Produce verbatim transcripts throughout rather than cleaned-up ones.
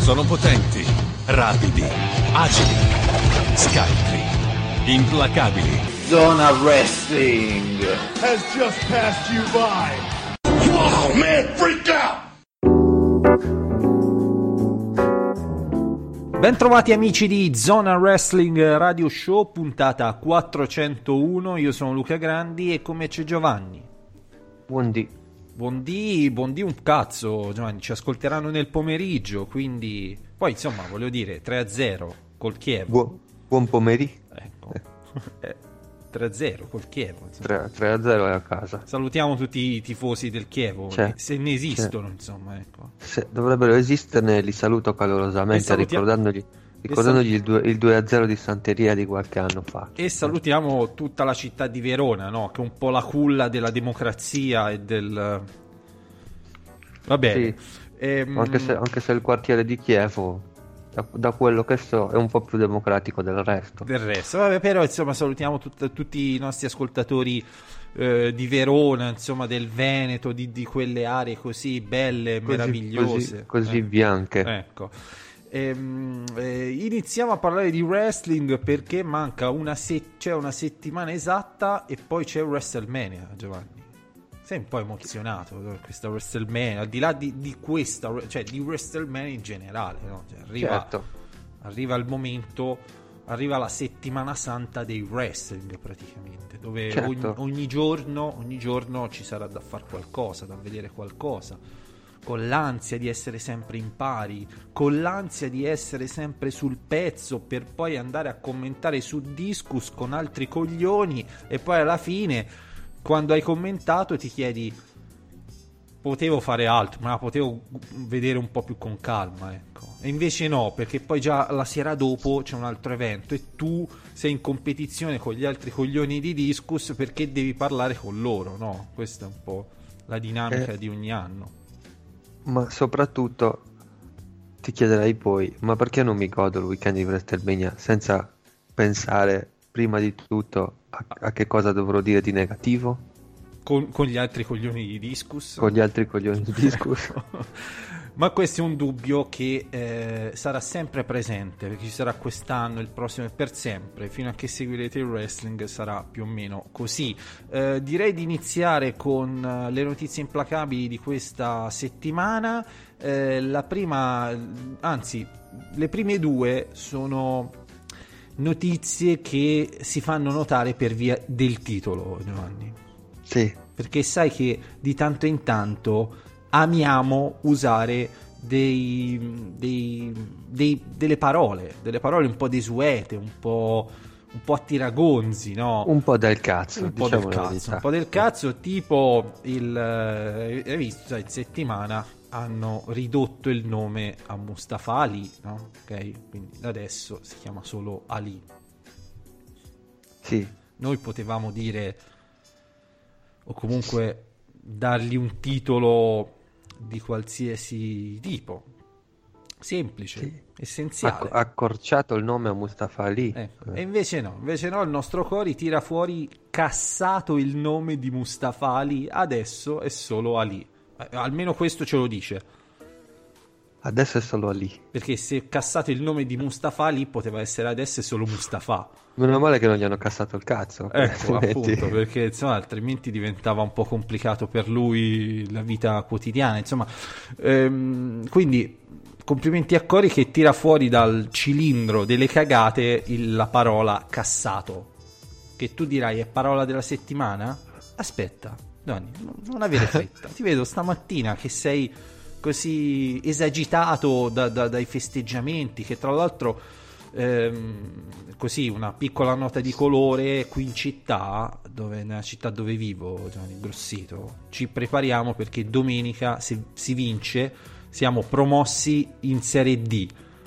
Sono potenti, rapidi, agili, scaltri, implacabili. Zona Wrestling has just passed you by. Wow, man, freak out! Bentrovati amici di Zona Wrestling Radio Show, puntata quattrocentouno. Io sono Luca Grandi e come c'è Giovanni. Buondì. Buondì, buondì un cazzo Giovanni, ci ascolteranno nel pomeriggio, quindi poi insomma voglio dire tre a zero col Chievo. Buon, buon pomeriggio. Ecco. eh, tre a zero col Chievo. tre a zero è a casa. Salutiamo tutti i tifosi del Chievo, c'è, se ne esistono, c'è. insomma, ecco. Se dovrebbero esisterne, li saluto calorosamente, salutiamo... ricordandogli ricordandogli il, due, il due a zero di Santeria di qualche anno fa. E salutiamo tutta la città di Verona, no? Che è un po' la culla della democrazia e del... Va bene. Sì. Ehm... Anche, se, anche se il quartiere di Chievo, da, da quello che so, è un po' più democratico del resto. Del resto, vabbè, però insomma salutiamo tut- tutti i nostri ascoltatori eh, di Verona, insomma del Veneto, di, di quelle aree così belle, così, meravigliose. Così, così eh. bianche. Ecco. Ehm, eh, iniziamo a parlare di wrestling perché manca una, se- c'è una settimana esatta e poi c'è WrestleMania, Giovanni. Sei un po' emozionato per questa WrestleMania, al di là di, di questa, cioè di WrestleMania in generale, no? Cioè, arriva, certo. arriva il momento, arriva la settimana santa dei wrestling praticamente, dove certo. ogni, ogni giorno, ogni giorno ci sarà da fare qualcosa, da vedere qualcosa, con l'ansia di essere sempre in pari, con l'ansia di essere sempre sul pezzo per poi andare a commentare su Discus con altri coglioni e poi alla fine, quando hai commentato, ti chiedi potevo fare altro, ma potevo vedere un po' più con calma, ecco. E invece no, perché poi già la sera dopo c'è un altro evento e tu sei in competizione con gli altri coglioni di Discus perché devi parlare con loro, no? Questa è un po' la dinamica eh, di ogni anno. Ma soprattutto ti chiederai poi, ma perché non mi godo il weekend di WrestleMania senza pensare prima di tutto a, a che cosa dovrò dire di negativo? Con, con gli altri coglioni di Discus? Con gli altri coglioni di Discus. Ma questo è un dubbio che eh, sarà sempre presente, perché ci sarà quest'anno, il prossimo e per sempre, fino a che seguirete il wrestling sarà più o meno così. Eh, direi di iniziare con uh, le notizie implacabili di questa settimana. Eh, la prima, anzi, le prime due sono notizie che si fanno notare per via del titolo, Giovanni. Sì. Perché sai che di tanto in tanto amiamo usare dei, dei, dei, delle parole, delle parole un po' desuete, un po', un po' a tiragonzi, no? Un po' del cazzo, un po' diciamo del la cazzo, verità. un po' del cazzo, tipo il, hai visto, in settimana hanno ridotto il nome a Mustafa Ali, no? Ok, quindi adesso si chiama solo Ali. Sì. Noi potevamo dire, o comunque dargli un titolo di qualsiasi tipo, semplice, sì. essenziale. Ha accorciato il nome a Mustafa Ali. Ecco. E invece no, invece no, il nostro Cori tira fuori cassato il nome di Mustafa Ali, adesso è solo Ali. Eh, almeno questo ce lo dice. Adesso è solo Ali. Perché se cassato il nome di Mustafa Ali poteva essere adesso è solo Mustafa. Meno male che non gli hanno cassato il cazzo. Ecco, appunto, perché insomma altrimenti diventava un po' complicato per lui la vita quotidiana, insomma. Ehm, quindi complimenti a Cori che tira fuori dal cilindro delle cagate il, la parola cassato. Che tu dirai è parola della settimana? Aspetta, Doni, non avere fretta. Ti vedo stamattina che sei così esagitato da, da, dai festeggiamenti, che tra l'altro ehm, così una piccola nota di colore qui in città, dove, nella città dove vivo, Giovanni Grossito, ci prepariamo perché domenica se si vince siamo promossi in Serie D.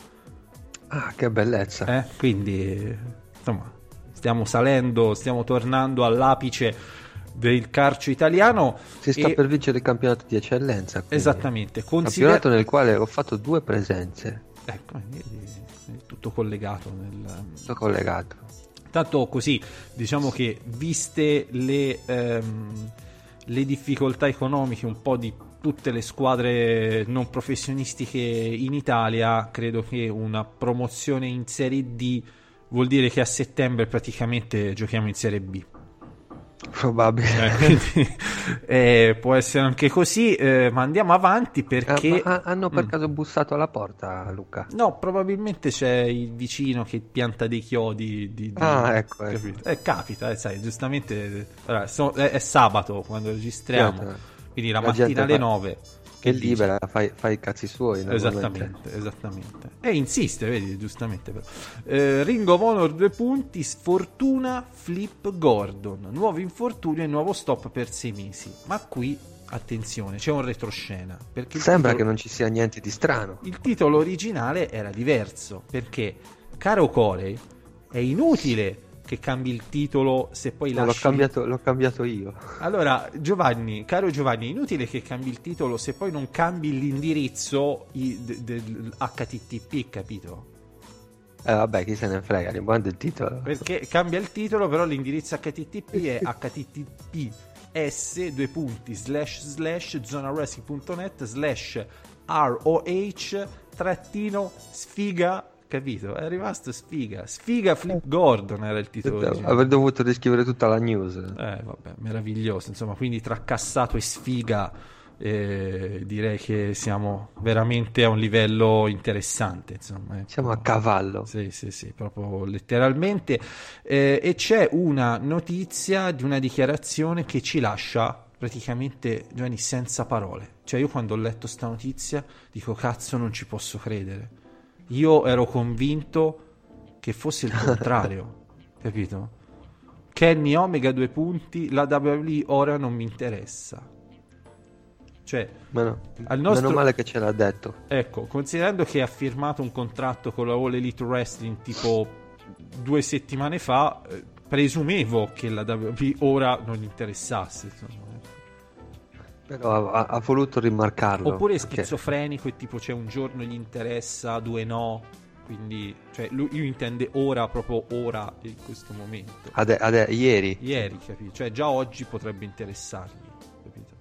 Ah, che bellezza. Eh? Quindi insomma stiamo salendo, stiamo tornando all'apice del calcio italiano. Si sta e... per vincere il campionato di eccellenza, quindi. Esattamente, Consider... campionato nel quale ho fatto due presenze. Ecco, è tutto collegato nel... tutto collegato. Tanto così, diciamo che viste le, ehm, le difficoltà economiche un po' di tutte le squadre non professionistiche in Italia, credo che una promozione in Serie D vuol dire che a settembre praticamente giochiamo in Serie B. Probabile. Eh, quindi, eh, può essere anche così, eh, ma andiamo avanti perché... Ah, ma hanno per Mm. caso bussato alla porta, Luca? No, probabilmente c'è il vicino che pianta dei chiodi di, di- Ah, ecco, ecco. capito? Eh, capita, eh, sai, giustamente allora, so- è, è sabato quando registriamo, Certo. quindi la, La mattina gente alle fa- nove Che dice? libera, fai, fai i cazzi suoi. normalmente. Esattamente, esattamente. E insiste, vedi, giustamente. Però. Eh, Ring of Honor due punti, sfortuna Flip Gordon, nuovo infortunio e nuovo stop per sei mesi. Ma qui, attenzione, c'è un retroscena. Perché il Sembra che titolo- non ci sia niente di strano. il titolo originale era diverso, perché, caro Corey, è inutile che cambi il titolo se poi No, l'ho, lasci... cambiato, l'ho cambiato io. Allora, Giovanni, caro Giovanni, è inutile che cambi il titolo se poi non cambi l'indirizzo i- de- del H T T P, capito? Eh vabbè, chi se ne frega, l'importante è il titolo. Perché cambia il titolo, però l'indirizzo H T T P è H T T P S due punti slash slash zonawrestling.net slash R O H trattino sfiga, capito? È rimasto sfiga. Sfiga Flip Gordon era il titolo originale. Avrei dovuto riscrivere tutta la news. Eh, vabbè, meraviglioso. Insomma, quindi tra cassato e sfiga, eh, direi che siamo veramente a un livello interessante. Insomma, ecco. Siamo a cavallo. Sì, sì, sì, proprio letteralmente. Eh, e c'è una notizia di una dichiarazione che ci lascia praticamente, Giovanni, senza parole. Cioè, io quando ho letto sta notizia dico, cazzo, non ci posso credere. Io ero convinto che fosse il contrario, capito? Kenny Omega due punti, la W W E ora non mi interessa. Cioè, Meno, al nostro... meno male che ce l'ha detto. ecco, considerando che ha firmato un contratto con la All Elite Wrestling tipo due settimane fa, eh, presumevo che la W W E ora non gli interessasse, insomma. Però ha, ha voluto rimarcarlo. Oppure è perché- schizofrenico e tipo c'è un giorno gli interessa, due no. Quindi, cioè, lui, lui intende ora, proprio ora, in questo momento. Ade- ade- ieri. Ieri, capito? Cioè, già oggi potrebbe interessargli, capito?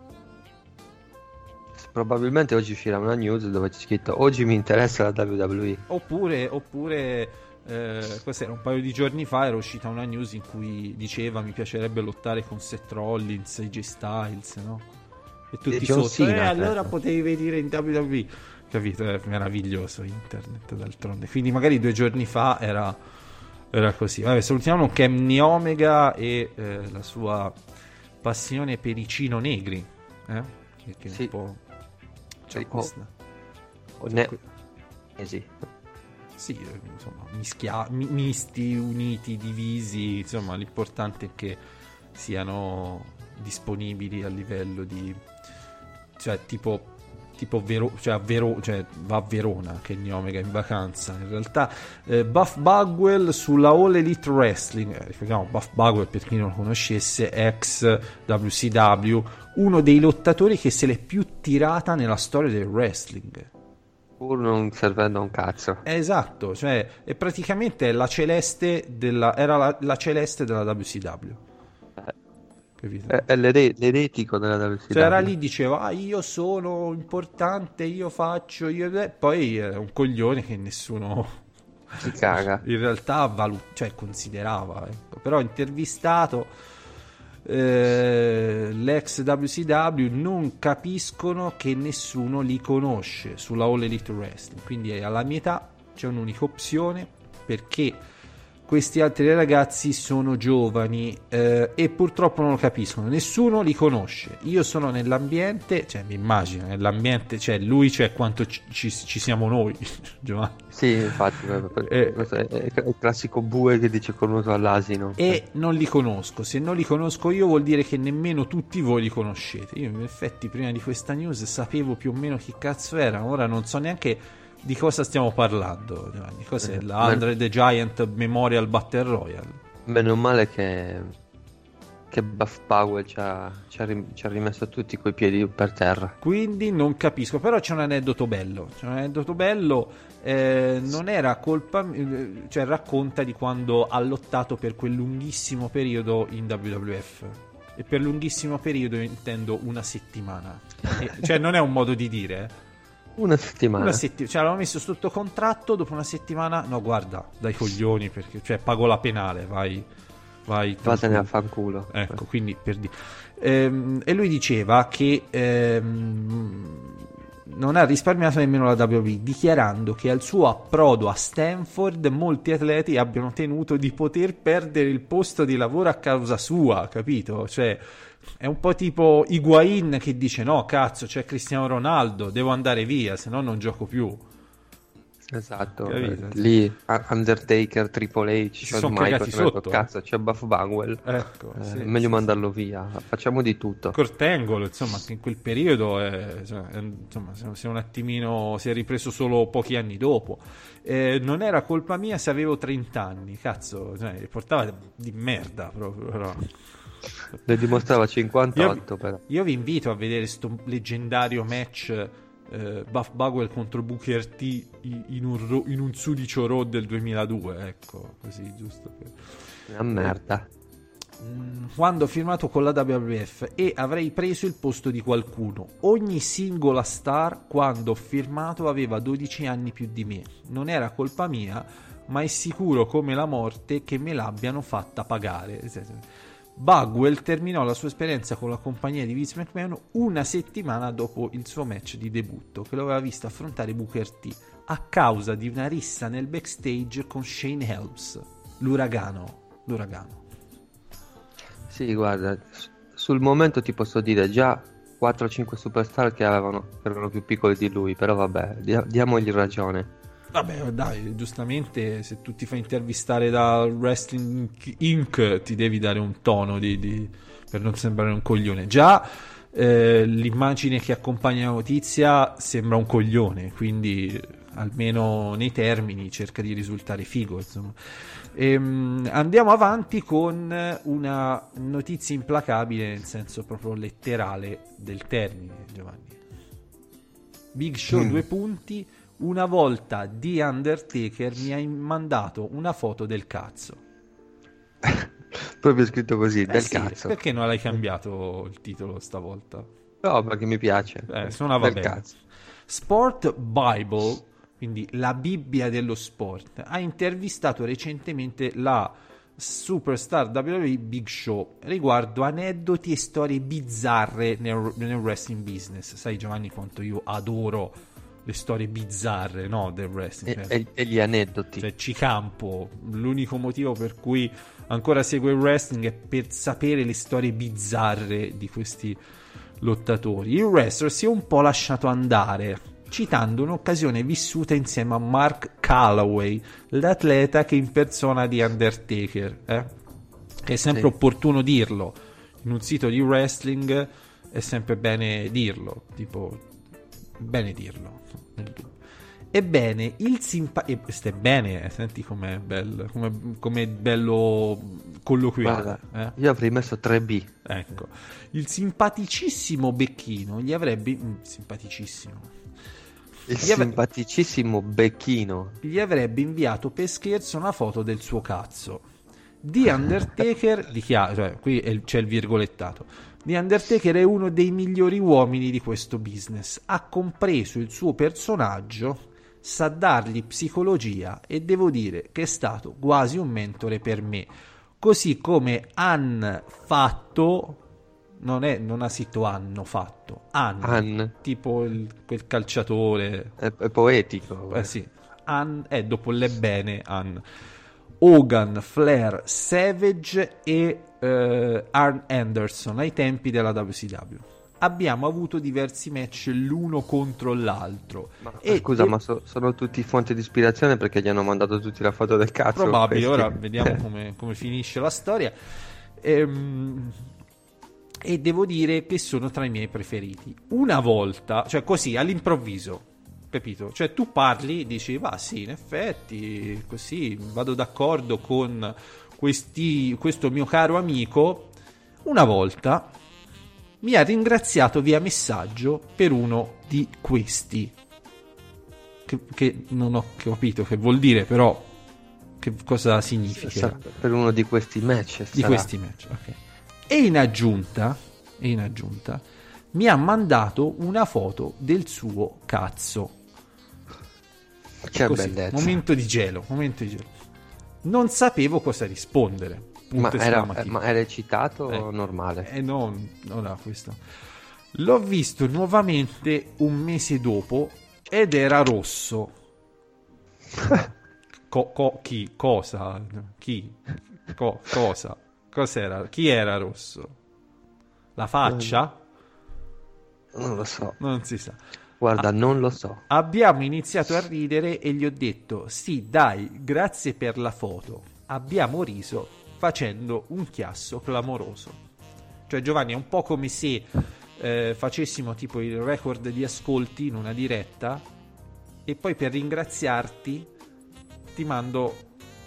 Probabilmente oggi uscirà una news dove c'è scritto oggi mi interessa la W W E. Oppure, oppure eh, cos'era, un paio di giorni fa era uscita una news in cui diceva mi piacerebbe lottare con Seth Rollins, A J Styles, no? E tutti E John sotto, Cena, eh, allora certo. potevi venire in W W E, capito? È meraviglioso internet, d'altronde. Quindi magari due giorni fa era, era così. Vabbè, salutiamo Kenny Omega e eh, la sua passione per i Cino negri, eh? Che Sì. un po' c'è Sì, questa... O ne- eh sì. Sì, eh, insomma, mischia- mi- misti, uniti, divisi, insomma, l'importante è che siano disponibili a livello di, cioè, tipo, tipo Vero- cioè, a Vero- cioè, va a Verona Kenny Omega in vacanza. In realtà, eh, Buff Bagwell sulla All Elite Wrestling, eh, ricordiamo Buff Bagwell, per chi non lo conoscesse, ex W C W, uno dei lottatori che se l'è più tirata nella storia del wrestling. Pur non servendo a un cazzo. Eh, Esatto, cioè è praticamente la celeste della, era la, la celeste della W C W. Capito? È, è l'ere- l'eretico della W C W. Cioè era lì, diceva, ah, io sono importante, io faccio, io... eh", poi è un coglione che nessuno Si caga. in realtà valu- cioè, considerava, ecco. Però intervistato, eh, l'ex W C W, non capiscono che nessuno li conosce sulla All Elite Wrestling, quindi alla mia età c'è un'unica opzione, perché questi altri ragazzi sono giovani, eh, e purtroppo non lo capiscono, nessuno li conosce. Io sono nell'ambiente, cioè mi immagino nell'ambiente, cioè lui, cioè quanto ci, ci- ci siamo noi, Giovanni. Sì, infatti, per- per- Eh, questo è, è il classico bue che dice cornuto all'asino. E non li conosco. Se non li conosco io vuol dire che nemmeno tutti voi li conoscete. Io in effetti prima di questa news sapevo più o meno chi cazzo erano, ora non so neanche di cosa stiamo parlando, Giovanni. Cos'è Eh, la ma- Andre the Giant Memorial Battle Royale? Meno male che, che Buff Powell ci ha, ci ha rim- ci ha rimesso tutti coi piedi per terra. Quindi non capisco, però c'è un aneddoto bello. C'è un aneddoto bello, eh, non era colpa, eh, cioè racconta di quando ha lottato per quel lunghissimo periodo in W W F. e per lunghissimo periodo io intendo una settimana. E, cioè non è un modo di dire, eh. Una settimana. Una setti- cioè l'avevamo messo sotto contratto, dopo una settimana, no guarda, dai coglioni, perché cioè pago la penale, vai, vai. Vattene a fanculo. Ecco, quindi per dire. Ehm, e lui diceva che ehm, non ha risparmiato nemmeno la W W E, dichiarando che al suo approdo a Stanford molti atleti abbiano temuto di poter perdere il posto di lavoro a causa sua, capito? Cioè è un po' tipo Higuain che dice no cazzo c'è Cristiano Ronaldo, devo andare via se no non gioco più. Esatto, Capito? eh, lì Undertaker, Triple H, Si Shawn sono Michaels, cagati hanno detto, sotto, eh. cazzo c'è Buff Bagwell, Ecco, eh, sì, meglio sì, mandarlo via, facciamo di tutto. Kurt Angle, insomma, che in quel periodo è, cioè, è, insomma, si è un attimino si è ripreso solo pochi anni dopo. Eh, non era colpa mia se avevo trenta anni, cazzo, cioè, portava di merda proprio, però. Ne dimostrava cinquantotto io, però. io vi invito a vedere sto leggendario match eh, Buff Bagwell contro Booker T in un, ro- in un sudicio Raw del duemiladue, ecco, così giusto per... Una merda. Quando ho firmato con la W W F e avrei preso il posto di qualcuno. Ogni singola star quando ho firmato aveva dodici anni più di me. Non era colpa mia, ma è sicuro come la morte che me l'abbiano fatta pagare. Bagwell terminò la sua esperienza con la compagnia di Vince McMahon una settimana dopo il suo match di debutto, che lo aveva visto affrontare Booker T a causa di una rissa nel backstage con Shane Helms, l'uragano. L'uragano. Sì, guarda, sul momento ti posso dire già quattro cinque superstar che avevano che erano più piccoli di lui, però vabbè, dia- diamogli ragione. Vabbè, dai, giustamente se tu ti fai intervistare da Wrestling Incorporated ti devi dare un tono di, di, per non sembrare un coglione. Già eh, l'immagine che accompagna la notizia sembra un coglione, quindi almeno nei termini cerca di risultare figo, insomma. Ehm, andiamo avanti con una notizia implacabile nel senso proprio letterale del termine, Giovanni. Big Show, mm. due punti. Una volta The Undertaker mi ha mandato una foto del cazzo. Proprio scritto così, eh del sì, cazzo. Perché non l'hai cambiato il titolo stavolta? No, perché mi piace. Eh, suonava del bene. Cazzo. Sport Bible, quindi la Bibbia dello sport, ha intervistato recentemente la superstar W W E Big Show riguardo aneddoti e storie bizzarre nel, nel wrestling business. Sai Giovanni quanto io adoro le storie bizzarre, no, del wrestling, e, cioè, e, e gli aneddoti, cioè ci campo. L'unico motivo per cui ancora seguo il wrestling è per sapere le storie bizzarre di questi lottatori. Il wrestler si è un po' lasciato andare citando un'occasione vissuta insieme a Mark Calloway, l'atleta che impersona The Undertaker, eh? Che è sempre sì. opportuno dirlo in un sito di wrestling, è sempre bene dirlo, tipo bene dirlo. Ebbene, il simpatico, e bene, senti com'è bello, com'è, com'è bello colloquiale. Guarda, eh? Io avrei messo tre B. Ecco, il simpaticissimo Becchino gli avrebbe mm, simpaticissimo. Il gli avre... simpaticissimo Becchino gli avrebbe inviato per scherzo una foto del suo cazzo. The Undertaker dichiara, cioè qui è, c'è il virgolettato. The Undertaker è uno dei migliori uomini di questo business, ha compreso il suo personaggio, sa dargli psicologia e devo dire che è stato quasi un mentore per me, così come han fatto, non, è, non ha scritto hanno fatto, han, Han. tipo il, quel calciatore, è, è poetico, eh sì, han è dopo l'ebbene han. Hogan, Flair, Savage e uh, Arn Anderson ai tempi della W C W. Abbiamo avuto diversi match l'uno contro l'altro. Ma, e scusa, e... ma so, sono tutti fonti di ispirazione perché gli hanno mandato tutti la foto del cazzo. Probabile, questi. Ora vediamo come, come finisce la storia. Ehm... E devo dire che sono tra i miei preferiti. Una volta, cioè così all'improvviso, capito? Cioè tu parli, dici va sì, in effetti così vado d'accordo con questi, questo mio caro amico. Una volta mi ha ringraziato via messaggio per uno di questi che, che non ho capito che vuol dire, però che cosa significa per uno di questi match di sarà. questi match, ok. E in aggiunta, e in aggiunta mi ha mandato una foto del suo cazzo. Che Così, bellezza. momento di gelo, momento di gelo. Non sapevo cosa rispondere. Ma Punto era, esclamativo. ma era eccitato Eh. o normale? Eh no, non ha questo. L'ho visto nuovamente un mese dopo ed era rosso. Co- co- chi? Cosa? Chi? Co- cosa? Cos'era? Chi era rosso? La faccia? Non lo so. Non si sa. Guarda, Ah. non lo so. Abbiamo iniziato a ridere e gli ho detto: sì, dai, grazie per la foto. Abbiamo riso facendo un chiasso clamoroso. Cioè, Giovanni, è un po' come se eh, facessimo tipo il record di ascolti in una diretta e poi per ringraziarti ti mando.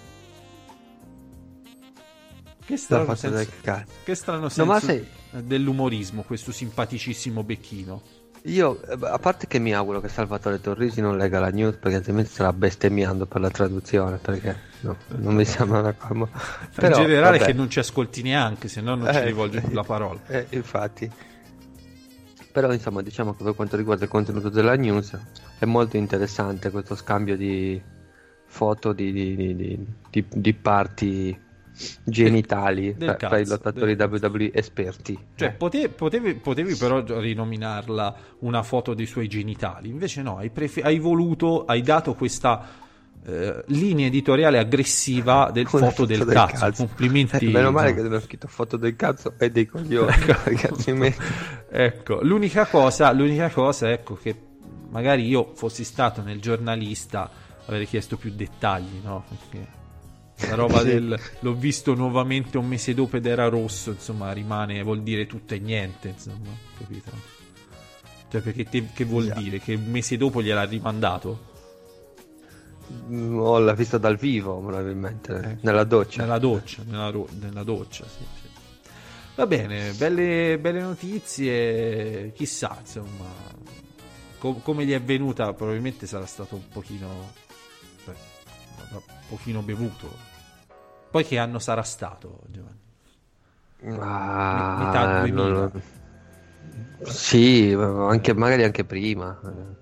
Che strano La faccia senso, del cazzo. che strano No, senso ma sai- dell'umorismo, questo simpaticissimo becchino. Io, eh, a parte che mi auguro che Salvatore Torrisi non legga la news, perché altrimenti starà bestemmiando per la traduzione, perché no, non mi sembra una cosa. Però, in generale vabbè. che non ci ascolti neanche, se no non ci Eh, rivolge più la parola. Eh, infatti. Però insomma, diciamo che per quanto riguarda il contenuto della news è molto interessante questo scambio di foto di, di, di, di, di- di parti genitali del tra, tra i cazzo, lottatori del W W E esperti. Cioè, Eh. pote- potevi, potevi però rinominarla una foto dei suoi genitali, invece no, hai, prefe- hai voluto, hai dato questa eh, linea editoriale aggressiva del Una foto del, cazzo. Complimenti. Eh, meno male no. che non ho scritto foto del cazzo e dei coglioni, perché altrimenti... Ecco, l'unica cosa, l'unica cosa, ecco, che magari io fossi stato nel giornalista avrei chiesto più dettagli, no? Perché la roba Sì. del l'ho visto nuovamente un mese dopo ed era rosso, insomma, rimane, vuol dire tutto e niente, insomma, capito? Cioè, perché te, che vuol Yeah. dire? Che un mese dopo gliel'ha rimandato? Mm, Ho l'ha vista dal vivo, probabilmente, Eh. nella doccia. Nella doccia, nella, ro- nella doccia, sì, sì. Va bene, belle, belle notizie, chissà, insomma, co- come gli è venuta, probabilmente sarà stato un pochino, beh, un pochino bevuto. Poi che anno sarà stato, Giovanni? Ah, Me- metà duemila. non lo- Sì, anche, magari anche prima.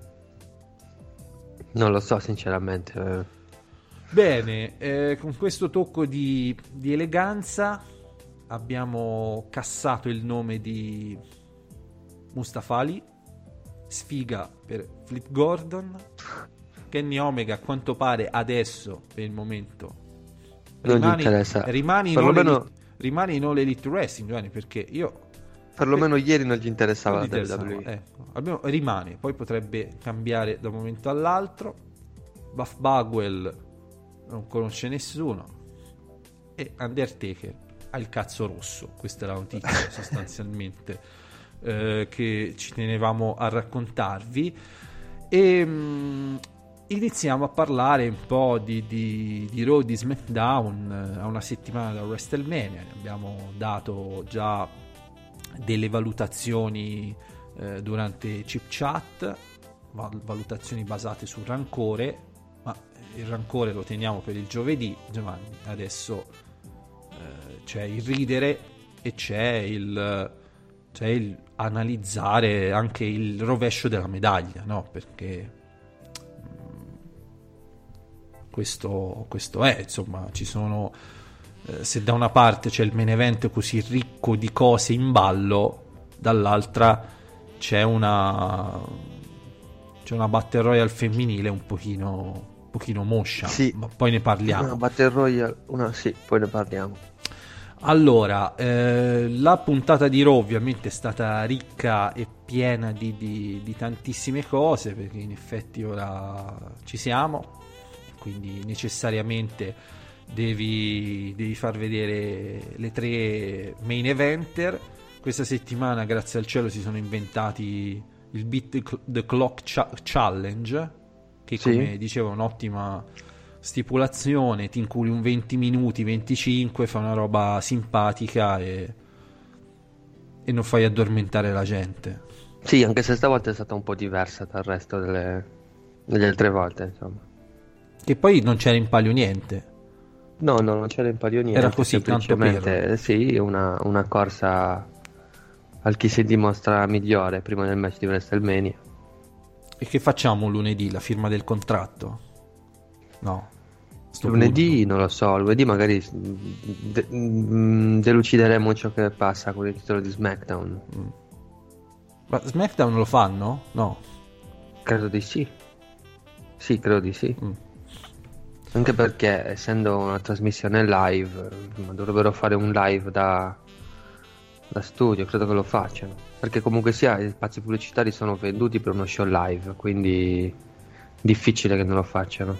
Non lo so, sinceramente. Bene, eh, con questo tocco di, di eleganza abbiamo cassato il nome di Mustafa Ali, sfiga per Flip Gordon, Kenny Omega a quanto pare adesso per il momento Non gli rimane, interessa. rimane, in Perlomeno- all elite, rimane in All Elite Wrestling, Giovanni, perché io Perlomeno ieri non gli interessava non la gli interessava, W W E. ecco. Almeno rimane, poi potrebbe cambiare da un momento all'altro. Buff Bagwell non conosce nessuno e Undertaker ha il cazzo rosso. Questa è la notizia sostanzialmente eh, che ci tenevamo a raccontarvi. E mh, iniziamo a parlare un po' di, di, di Raw, di SmackDown, eh, a una settimana da WrestleMania. Ne abbiamo dato già delle valutazioni eh, durante Chip Chat, val- valutazioni basate sul rancore, ma il rancore lo teniamo per il giovedì, Giovanni. Adesso eh, c'è il ridere e c'è il, c'è il analizzare anche il rovescio della medaglia, no? Perché mm, questo, questo è, insomma, ci sono eh, se da una parte c'è il main event così ricco di cose in ballo, dall'altra c'è una c'è una Battle Royale femminile un pochino un pochino moscia, Sì. ma poi ne parliamo. Una Battle Royale, una sì, poi ne parliamo. Allora, eh, la puntata di Raw ovviamente è stata ricca e piena di, di, di tantissime cose, perché in effetti ora ci siamo, quindi necessariamente devi, devi far vedere le tre main eventer. Questa settimana, grazie al cielo, si sono inventati il Beat the Clock Cha- Challenge, che Sì. come dicevo è un'ottima stipulazione, ti inculi un venti minuti, venticinque, fa una roba simpatica e, e non fai addormentare la gente. Sì, anche se stavolta è stata un po' diversa dal resto delle, delle altre volte, insomma. Che poi non c'era in palio niente. No, no, non c'era in palio niente. Era così, tanto semplicemente, per... sì, una, una corsa al chi si dimostra migliore prima del match di WrestleMania. E che facciamo lunedì? La firma del contratto? No. Sto Lunedì punto. non lo so, lunedì magari de- mm, delucideremo ciò che passa con il titolo di SmackDown. Mm. Ma SmackDown lo fanno? No. Credo di sì. Sì, credo di sì. Mm. Anche perché essendo una trasmissione live, eh, dovrebbero fare un live da, da studio, credo che lo facciano. Perché comunque sia i spazi pubblicitari sono venduti per uno show live, quindi difficile che non lo facciano.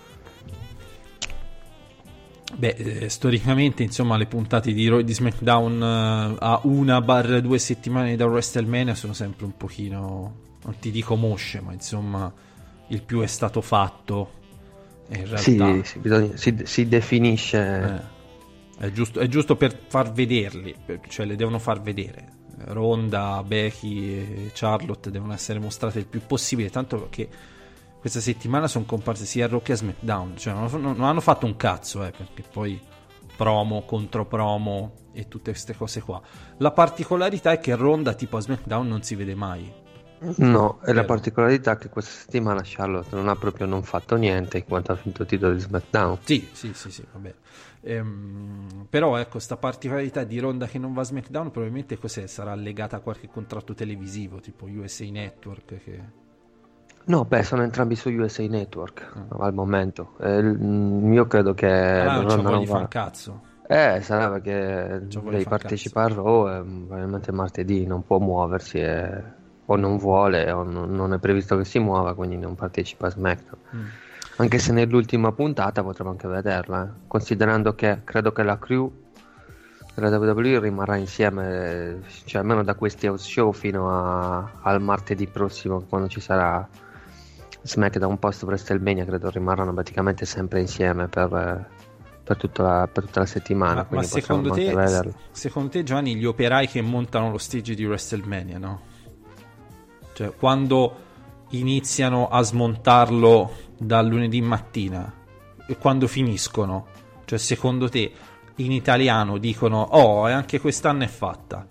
Beh, eh, storicamente, insomma, le puntate di Raw e di SmackDown eh, a una barra due settimane da WrestleMania sono sempre un pochino, non ti dico mosce, ma insomma, il più è stato fatto. E in realtà, Sì, sì, bisogna- si, si definisce. eh, è, giusto, è giusto per far vederli, per- cioè le devono far vedere. Ronda, Becky e Charlotte devono essere mostrate il più possibile, tanto che questa settimana sono comparse sia a Raw che a SmackDown, cioè non, non- non hanno fatto un cazzo, eh, perché poi promo, contro promo e tutte queste cose qua. La particolarità è che Ronda tipo a SmackDown non si vede mai. No, è la Vero. particolarità che questa settimana Charlotte non ha proprio non fatto niente in quanto ha vinto il titolo di SmackDown. Sì, sì, sì, sì, va bene. Ehm, però ecco, sta particolarità di Ronda che non va a SmackDown probabilmente cos'è? Sarà legata a qualche contratto televisivo, tipo U S A Network, che... No, beh, sono entrambi su U S A Network al momento. Eh, l- io credo che Ah, non Ronda ci non voglio va- fare un cazzo. Eh, sarà perché Ci voglio lei far partecipa a Raw e mm, probabilmente martedì non può muoversi e- o non vuole o non, non è previsto che si muova, quindi non partecipa a SmackDown. Mm. Anche se nell'ultima puntata potremo anche vederla, eh. Considerando che credo che la crew della W W E rimarrà insieme, cioè almeno da questi house show fino a- al martedì prossimo, quando ci sarà SmackDown post WrestleMania, credo rimarranno praticamente sempre insieme per, eh, per tutta la, per tutta la settimana. Ma, ma quindi secondo possiamo te, anche vederla. secondo te, Giovanni, gli operai che montano lo stage di WrestleMania, no? Cioè, quando iniziano a smontarlo dal lunedì mattina e quando finiscono, cioè, secondo te, in italiano dicono, oh, e anche quest'anno è fatta?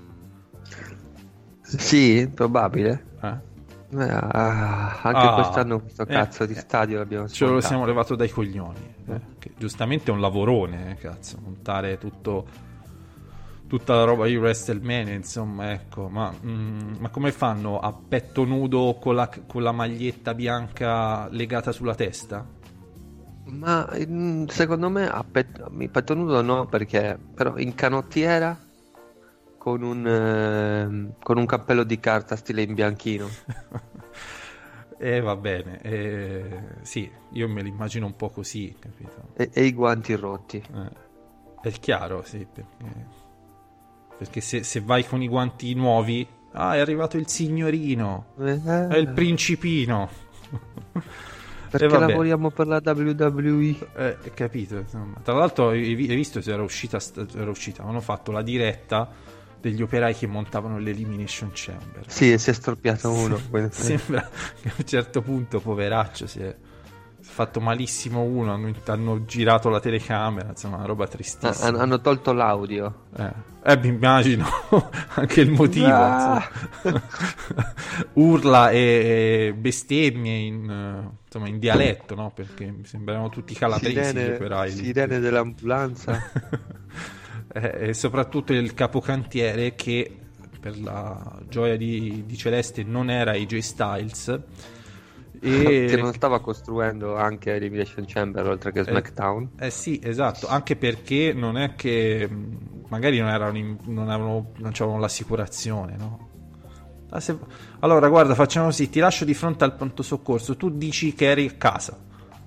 Sì, probabile. Eh? Eh, ah, anche Ah, quest'anno questo eh, cazzo di eh, stadio l'abbiamo Ce lo smontato. siamo levato dai coglioni, eh, che giustamente è un lavorone, eh, cazzo, montare tutto, tutta la roba di WrestleMania, insomma, ecco, ma, mm, ma come fanno a petto nudo con la, con la maglietta bianca legata sulla testa? Ma mm, secondo me a pet- a petto nudo no, perché però in canottiera con un, ehm, con un cappello di carta stile in bianchino. E va bene, eh, sì, io me l'immagino un po' così, capito? E, e i guanti rotti. Eh, è chiaro, sì, perché, perché se, se vai con i guanti nuovi, ah, è arrivato il signorino, Eh, è il principino. perché e vabbè. lavoriamo per la W W E. Eh, capito, insomma. Tra l'altro hai vi- hai visto se era uscita, st- era uscita, avevano fatto la diretta degli operai che montavano l'Elimination Chamber. Sì, e si è storpiato uno. quindi- Sembra che a un certo punto, poveraccio, si è, si è fatto malissimo uno, hanno, hanno girato la telecamera, insomma, una roba Ah, tristissima. han- hanno tolto l'audio. Eh, eh, mi immagino anche il motivo, Ah! insomma. Urla e, e bestemmie in, eh, insomma, in dialetto, no? Perché mi sembravano tutti calabresi gli Sirene, operai lì. sirene dell'ambulanza. Eh, e soprattutto il capocantiere che per la gioia di, di Celeste non era A J Styles Che e non stava costruendo anche Elimination Chamber oltre che SmackDown. eh sì, esatto, anche perché non è che mh, magari non erano in- non avevano non c'avevano l'assicurazione, no? Ah, se- allora guarda, facciamo così, ti lascio di fronte al pronto soccorso, tu dici che eri a casa.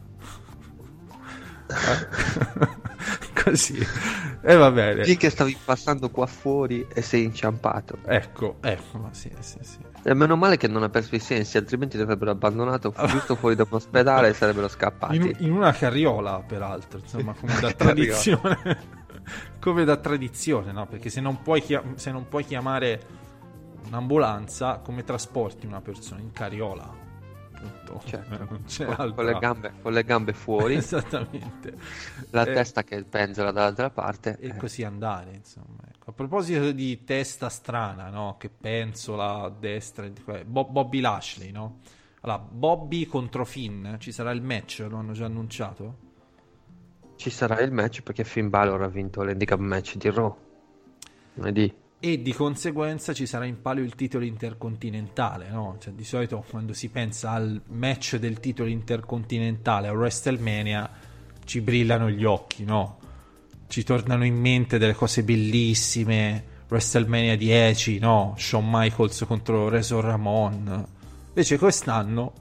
Eh? Così, e va bene. Sì, che stavi passando qua fuori e sei inciampato. Ecco, ecco, ma sì, sì, sì. E meno male che non ha perso i sensi, altrimenti ti avrebbero abbandonato giusto fuori da un ospedale e sarebbero scappati. In, in una carriola, peraltro, insomma, come da tradizione. Come da tradizione, no? Perché se non puoi chia- se non puoi chiamare un'ambulanza, come trasporti una persona in carriola? appunto. Certo. Non c'è con, altro. con le gambe, con le gambe fuori, Esattamente. la Eh, testa che penzola dall'altra parte. E eh. così andare, insomma. Ecco. A proposito di testa strana, no? Che pensola a destra, e di qua- Bob- Bobby Lashley, no? Allora, Bobby contro Finn, ci sarà il match, lo hanno già annunciato? Ci sarà il match perché Finn Balor ha vinto l'handicap match di Raw lunedì. E di conseguenza ci sarà in palio il titolo intercontinentale, no? Cioè, di solito quando si pensa al match del titolo intercontinentale a WrestleMania ci brillano gli occhi, no? Ci tornano in mente delle cose bellissime, WrestleMania dieci, no? Shawn Michaels contro Razor Ramon. Invece quest'anno,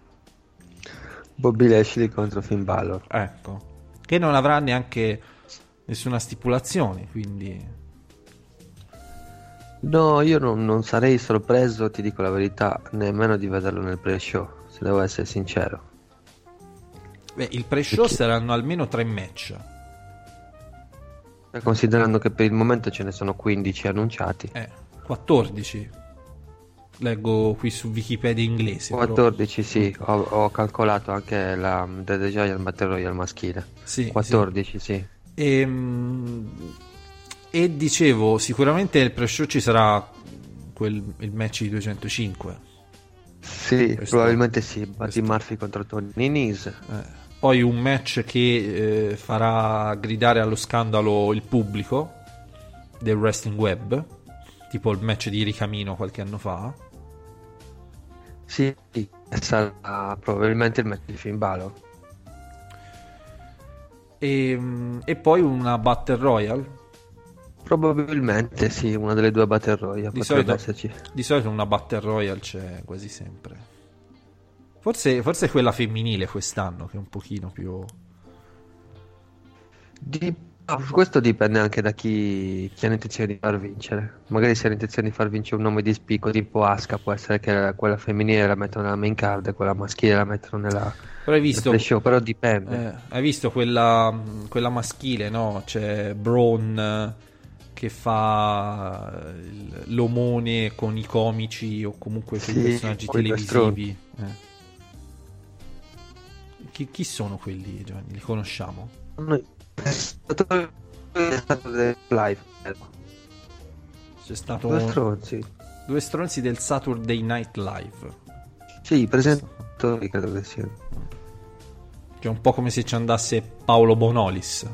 Bobby Lashley contro Finn Balor. ecco, che non avrà neanche nessuna stipulazione, quindi... No, io non, non sarei sorpreso, ti dico la verità, nemmeno di vederlo nel pre-show, se devo essere sincero. Beh, il pre-show Perché- saranno almeno tre match. Considerando che per il momento ce ne sono quindici annunciati. Eh, quattordici. Leggo qui su Wikipedia inglese. però- quattordici sì, ho, ho calcolato anche la The Giant Battle Royale maschile. Sì, quattordici sì. E, mm, e dicevo, sicuramente nel pre-show ci sarà quel, il match di duecentocinque. Sì, Questo- probabilmente sì. Buddy questo- Murphy contro Tony Nese. Eh, Poi un match che eh, farà gridare allo scandalo il pubblico del Wrestling Web, tipo il match di Ricamino qualche anno fa. Sì, sì, sarà probabilmente il match di Finn Balor. E, mm, e poi una Battle Royale. Probabilmente sì, una delle due Battle Royale Di potrebbe solito, esserci. di solito una Battle Royale c'è quasi sempre. Forse, forse è quella femminile quest'anno che è un pochino più... Di- ah, questo dipende anche da chi, chi ha intenzione di far vincere. Magari se ha intenzione di far vincere un nome di spicco tipo Asuka, può essere che quella femminile la mettono nella main card e quella maschile la mettono nella Però hai visto, nel show, però dipende. eh, hai visto quella, quella maschile, no? C'è Braun eh, che fa il- l'omone con i comici o comunque con i Sì, personaggi con i televisivi. Eh. Chi, chi sono quelli, Giovanni? Li conosciamo? Noi- è stato è stato del live. C'è stato Due stronzi. due stronzi del Saturday Night Live. Sì, presentatori credo che sia. Cioè un po' come se ci andasse Paolo Bonolis.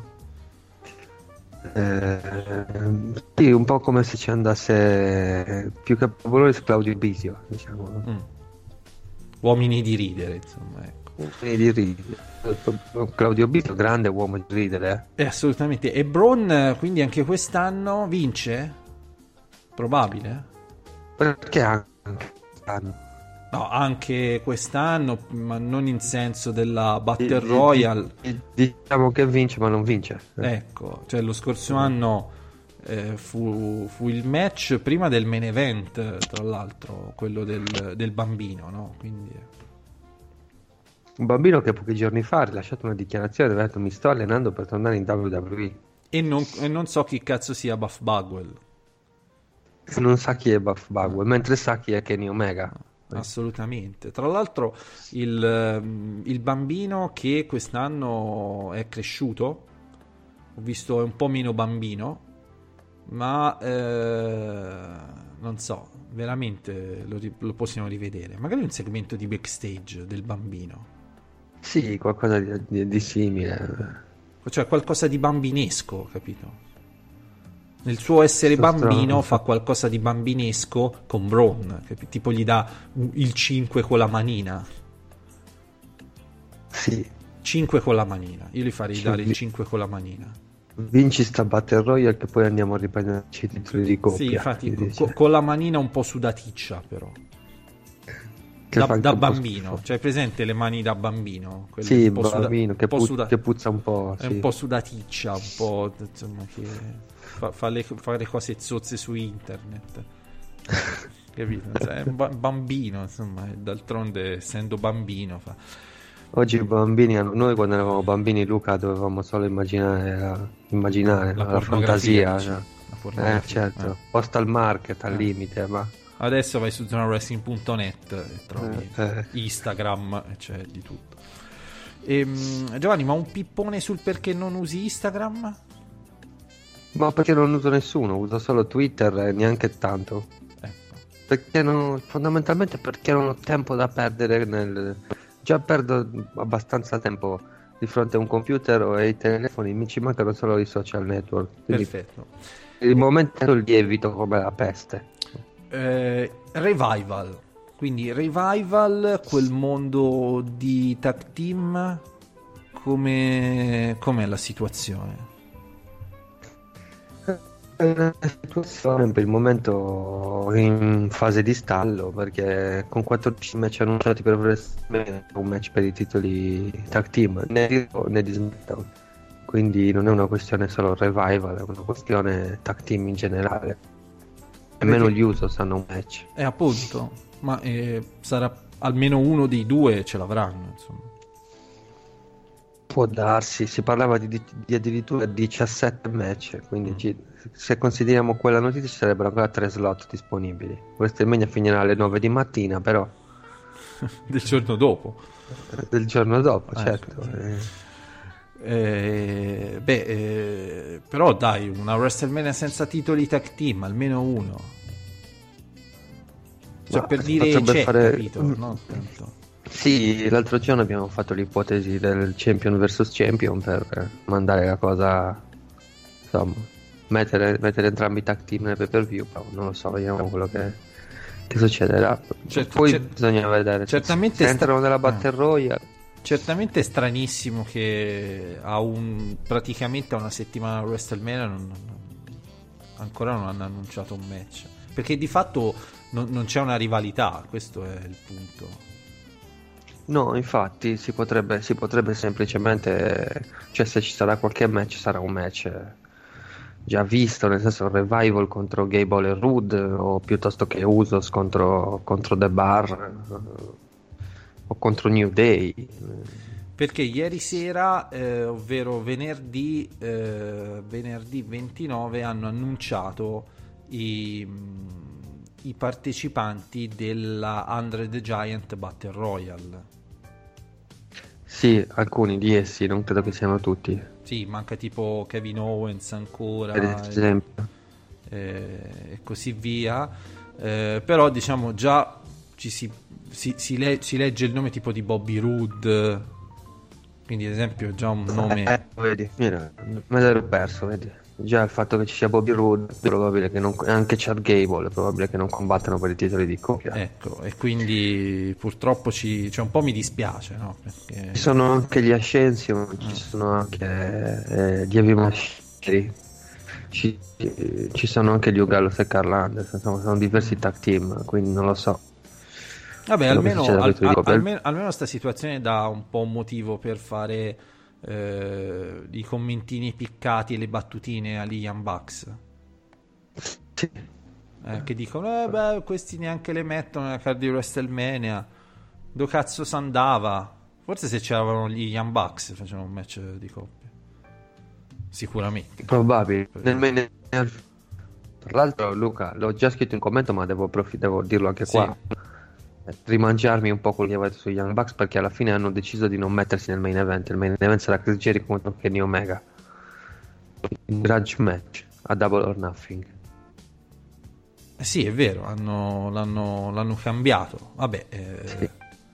Eh, sì, un po' come se ci andasse più che Bonolis Claudio Bisio, diciamo. Mm. Uomini di ridere, insomma, ecco. Uomini di ridere. Claudio Bisio, grande uomo di ridere. Eh, assolutamente. E Braun, eh, quindi anche quest'anno vince? Probabile? Perché anche quest'anno? No, anche quest'anno, ma non in senso della Battle Di- di- Royale. di- Diciamo che vince, ma non vince. Ecco, cioè lo scorso anno eh, fu, fu il match prima del main event, tra l'altro, quello del, del bambino, no? Quindi... Un bambino che pochi giorni fa ha rilasciato una dichiarazione dove ha detto: mi sto allenando per tornare in W W E. E non, e non so chi cazzo sia Buff Bagwell. Non sa chi è Buff Bagwell, mentre sa chi è Kenny Omega. Assolutamente. Tra l'altro il, ehm, il bambino che quest'anno è cresciuto, ho visto è un po' meno bambino, ma eh, non so, veramente lo, ri- lo possiamo rivedere. Magari un segmento di backstage del bambino, Sì, qualcosa di, di- di simile. cioè qualcosa di bambinesco, capito? Nel suo essere Sto bambino stronzo. fa qualcosa di bambinesco con Braun, capi- tipo gli dà il cinque con la manina. Sì, cinque con la manina. Io gli farei Sì, dare il vi- cinque con la manina. vinci sta Battle Royale che poi andiamo a riprenderci i titoli di coppia. Sì, infatti, si co- dice. con la manina un po' sudaticcia, però. Che Da, fa anche da un po' bambino. schifo. Cioè, presente le mani da bambino? Quelle Sì, un po' suda- bambino, che, un po' pu- suda- che puzza un po'. È sì. un po' sudaticcia, un po', insomma, che fa, fa le, fa le cose zozze su internet. Capito? Cioè, è un ba- bambino, insomma, e d'altronde, essendo bambino, fa... Oggi i bambini, hanno- noi quando eravamo bambini, Luca, dovevamo solo immaginare la, immaginare, La la pornografia, fantasia. dici? cioè. La pornografia, Eh, certo, eh. postal market al Eh. limite, ma Adesso vai su zona wrestling punto net e trovi Eh, eh. Instagram e c'è di tutto. Ehm, Giovanni, ma un pippone sul perché non usi Instagram? Ma perché non uso nessuno, uso solo Twitter e neanche tanto. Ecco. Perché non, fondamentalmente perché non ho tempo da perdere nel... Già perdo abbastanza tempo di fronte a un computer o ai telefoni, mi ci mancano solo i social network. Quindi Perfetto. il momento li evito come la peste. Eh, Revival, quindi Revival, quel mondo di tag team, come com'è la situazione? La situazione per il momento in fase di stallo, perché con quattordici match annunciati per WrestleMania, un match per i titoli tag team né di Raw né di SmackDown, quindi non è una questione solo Revival, è una questione tag team in generale. Nemmeno Perché- gli uso sanno un match. Eh, appunto, ma eh, sarà almeno uno dei due ce l'avranno, insomma. Può darsi, si parlava di, di- di addirittura diciassette match, quindi ci- se consideriamo quella notizia ci sarebbero ancora tre slot disponibili. WrestleMania finirà alle nove di mattina, però Del giorno dopo. eh, del giorno dopo, Ah, certo. ecco, sì. eh. Eh, beh, eh, però dai, una WrestleMania senza titoli tag team, almeno uno. Cioè, Ma per si dire potrebbe c'è, fare- capito? No, tanto. Sì, l'altro giorno abbiamo fatto l'ipotesi del champion versus champion per eh, mandare la cosa, insomma, mettere, mettere entrambi i tag team nel pay per view, però non lo so, vediamo quello che, che succederà. Certo, Poi cer- bisogna vedere se- certamente se sta- entrano nella ah. Battle Royale. Certamente è stranissimo che a un praticamente a una settimana a WrestleMania non, non- ancora non hanno annunciato un match, perché di fatto non, non c'è una rivalità, questo è il punto. No, infatti si potrebbe, si potrebbe semplicemente, cioè se ci sarà qualche match sarà un match eh, già visto, nel senso Revival contro Gable e Rude o piuttosto che Usos contro, contro The Bar eh, o contro New Day. Perché ieri sera, eh, ovvero venerdì, eh, venerdì ventinove, hanno annunciato i, i partecipanti della Andre the Giant Battle Royale. Sì, alcuni di essi, non credo che siano tutti, Sì, manca tipo Kevin Owens ancora per e, esempio. e- e così via. Eh, però diciamo già ci si, si, si le- si legge il nome tipo di Bobby Roode, quindi ad esempio già un nome... Eh, vedi, mira, me l'ero perso, vedi. Già il fatto che ci sia Bobby Roode, è probabile che non, anche Chad Gable, è probabile che non combattano per i titoli di coppia. Ecco, e quindi purtroppo ci, cioè un po' mi dispiace, no? Perché Ci sono anche gli Ascension, ci sono anche eh, gli Heavy Machinery, ci, ci sono anche gli Ugallos e Carl Anderson, insomma sono diversi tag team, quindi non lo so. vabbè, quello che almeno, succede a al- questo tipo. al- almeno, almeno sta situazione dà un po' un motivo per fare eh, i commentini piccati e le battutine agli Young Bucks. Sì. Eh, che dicono, eh beh, questi neanche le mettono nella card di WrestleMania. Dove cazzo s'andava? Forse se c'erano gli Young Bucks facevano un match di coppia. Sicuramente. Probabile. Nel main- Tra l'altro, Luca, l'ho già scritto in commento, ma devo, approf- devo dirlo anche Sì. qua. Eh, Rimangiarmi un po' quello che avete sugli Young Bucks, perché alla fine hanno deciso di non mettersi nel main event. Il main event sarà Chris Jericho contro Kenny Omega. Un grudge match a Double or Nothing. Eh sì, è vero, hanno, l'hanno, l'hanno cambiato. Vabbè, eh, Sì.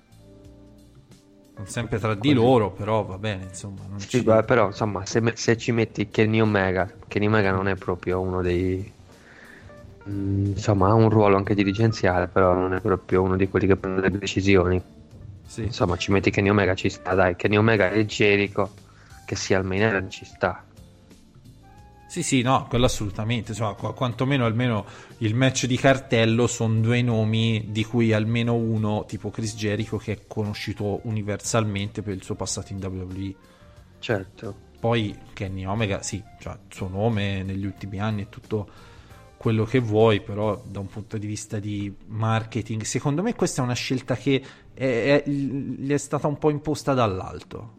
non sempre tra di loro, però va bene, insomma. Non Sì, ci... beh, però insomma, se, me- se ci metti Kenny Omega, Kenny Omega non è proprio uno dei. mm, insomma, ha un ruolo anche dirigenziale, però non è proprio uno di quelli che prende le decisioni. Sì. Insomma, ci metti Kenny Omega, ci sta, dai. Kenny Omega e Jericho, che sia al main event, ci sta. Sì, sì, no, quello assolutamente. Insomma, qu- quantomeno almeno il match di cartello sono due nomi di cui almeno uno, tipo Chris Jericho, che è conosciuto universalmente per il suo passato in W W E. Certo. Poi Kenny Omega, sì, cioè il suo nome negli ultimi anni è tutto quello che vuoi, però da un punto di vista di marketing, secondo me questa è una scelta che è, è- gli è stata un po' imposta dall'alto.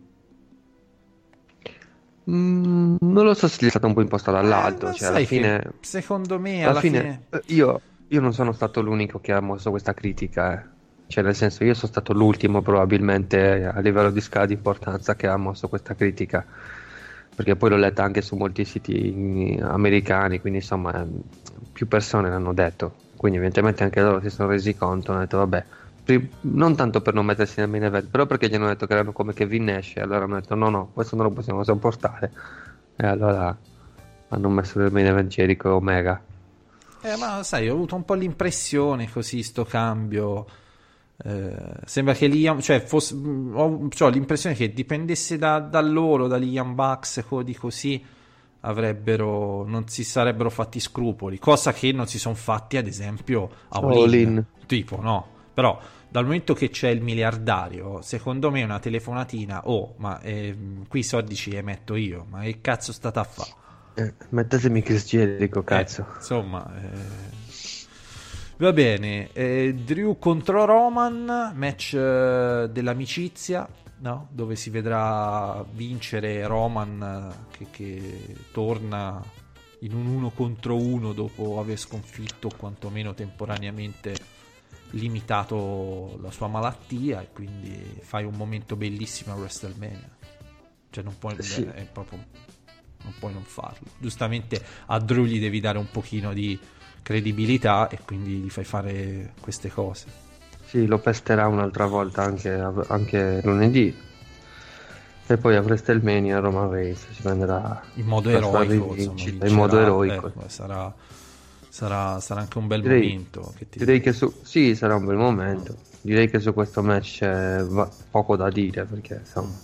Mm, non lo so se gli è stata un po' imposta dall'alto, Eh, ma cioè alla sai fine. che secondo me alla alla fine, fine... eh, io io non sono stato l'unico che ha mosso questa critica, eh. Cioè, nel senso, io sono stato l'ultimo probabilmente a livello di scala di importanza che ha mosso questa critica, perché poi l'ho letta anche su molti siti americani, quindi insomma più persone l'hanno detto, quindi evidentemente anche loro si sono resi conto, hanno detto vabbè, pri- non tanto per non mettersi nel main event, però perché gli hanno detto che erano come Kevin Nash, e allora hanno detto no no, questo non lo possiamo sopportare, e allora hanno messo nel main event Jericho e Omega. Eh, ma sai, ho avuto un po' l'impressione così, sto cambio. Eh, sembra che Liam, cioè, fosse, ho, cioè, l'impressione che dipendesse da, da loro, dagli Young Bucks, di così avrebbero, non si sarebbero fatti scrupoli, cosa che non si sono fatti, ad esempio, a All All In, In. tipo, no? Però dal momento che c'è il miliardario, secondo me una telefonatina, oh, ma eh, qui i soldi ci li metto io, ma che cazzo state a fare? Eh, mettetemi Chris Jericho, cazzo. Eh, insomma, eh... va bene. eh, Drew contro Roman, match eh, dell'amicizia, no? Dove si vedrà vincere Roman, eh, che, che torna in un uno contro uno dopo aver sconfitto o quantomeno temporaneamente limitato la sua malattia, e quindi fai un momento bellissimo a WrestleMania. Cioè non puoi, Sì. è proprio, non puoi non farlo. Giustamente a Drew gli devi dare un pochino di credibilità e quindi gli fai fare queste cose. Sì, lo pesterà un'altra volta anche, anche lunedì, e poi a WrestleMania Roman Reigns si prenderà In modo la sua eroico, rivincita, insomma, in modo vincerà, eroico. ecco, sarà, sarà, sarà anche un bel Direi- momento che ti Direi che su sì, sarà un bel momento. Direi che su questo match c'è va- poco da dire, perché insomma.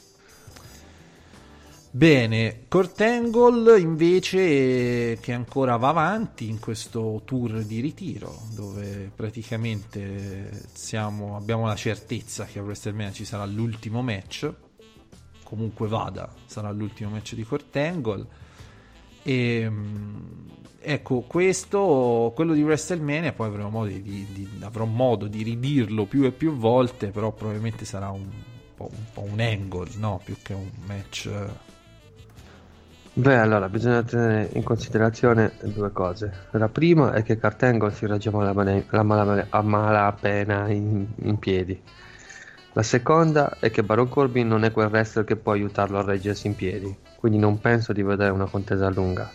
Bene, Kurt Angle invece, che ancora va avanti in questo tour di ritiro, dove praticamente siamo, abbiamo la certezza che a WrestleMania ci sarà l'ultimo match, comunque vada, sarà l'ultimo match di Kurt Angle. E mh, ecco, questo, quello di WrestleMania, poi avremo modo di, di, avrò modo di ridirlo più e più volte, però probabilmente sarà un po', un, po' un angle, no? Più che un match. Beh, allora bisogna tenere in considerazione due cose. La prima è che Kurt Angle si regge a malapena, la malapena- a malapena in, in piedi. La seconda è che Baron Corbin non è quel wrestler che può aiutarlo a reggersi in piedi, quindi non penso di vedere una contesa lunga.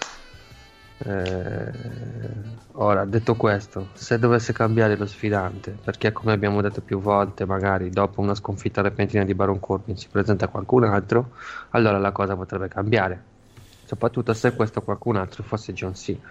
Eh, ora, detto questo, se dovesse cambiare lo sfidante, perché come abbiamo detto più volte, magari dopo una sconfitta repentina di Baron Corbin si presenta qualcun altro, allora la cosa potrebbe cambiare, soprattutto se questo qualcun altro fosse John Cena.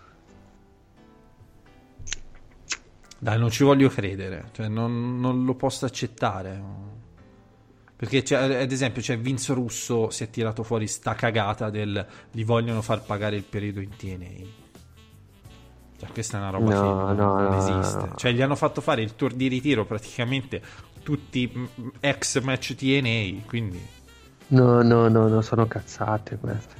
Dai, non ci voglio credere, cioè non, non lo posso accettare. Perché c'è, ad esempio c'è Vince Russo, si è tirato fuori sta cagata del gli vogliono far pagare il periodo in T N A. Cioè questa è una roba No, che non, no, non no, esiste. no. Cioè gli hanno fatto fare il tour di ritiro praticamente tutti mh, ex match T N A, quindi No, no, no, no, sono cazzate queste.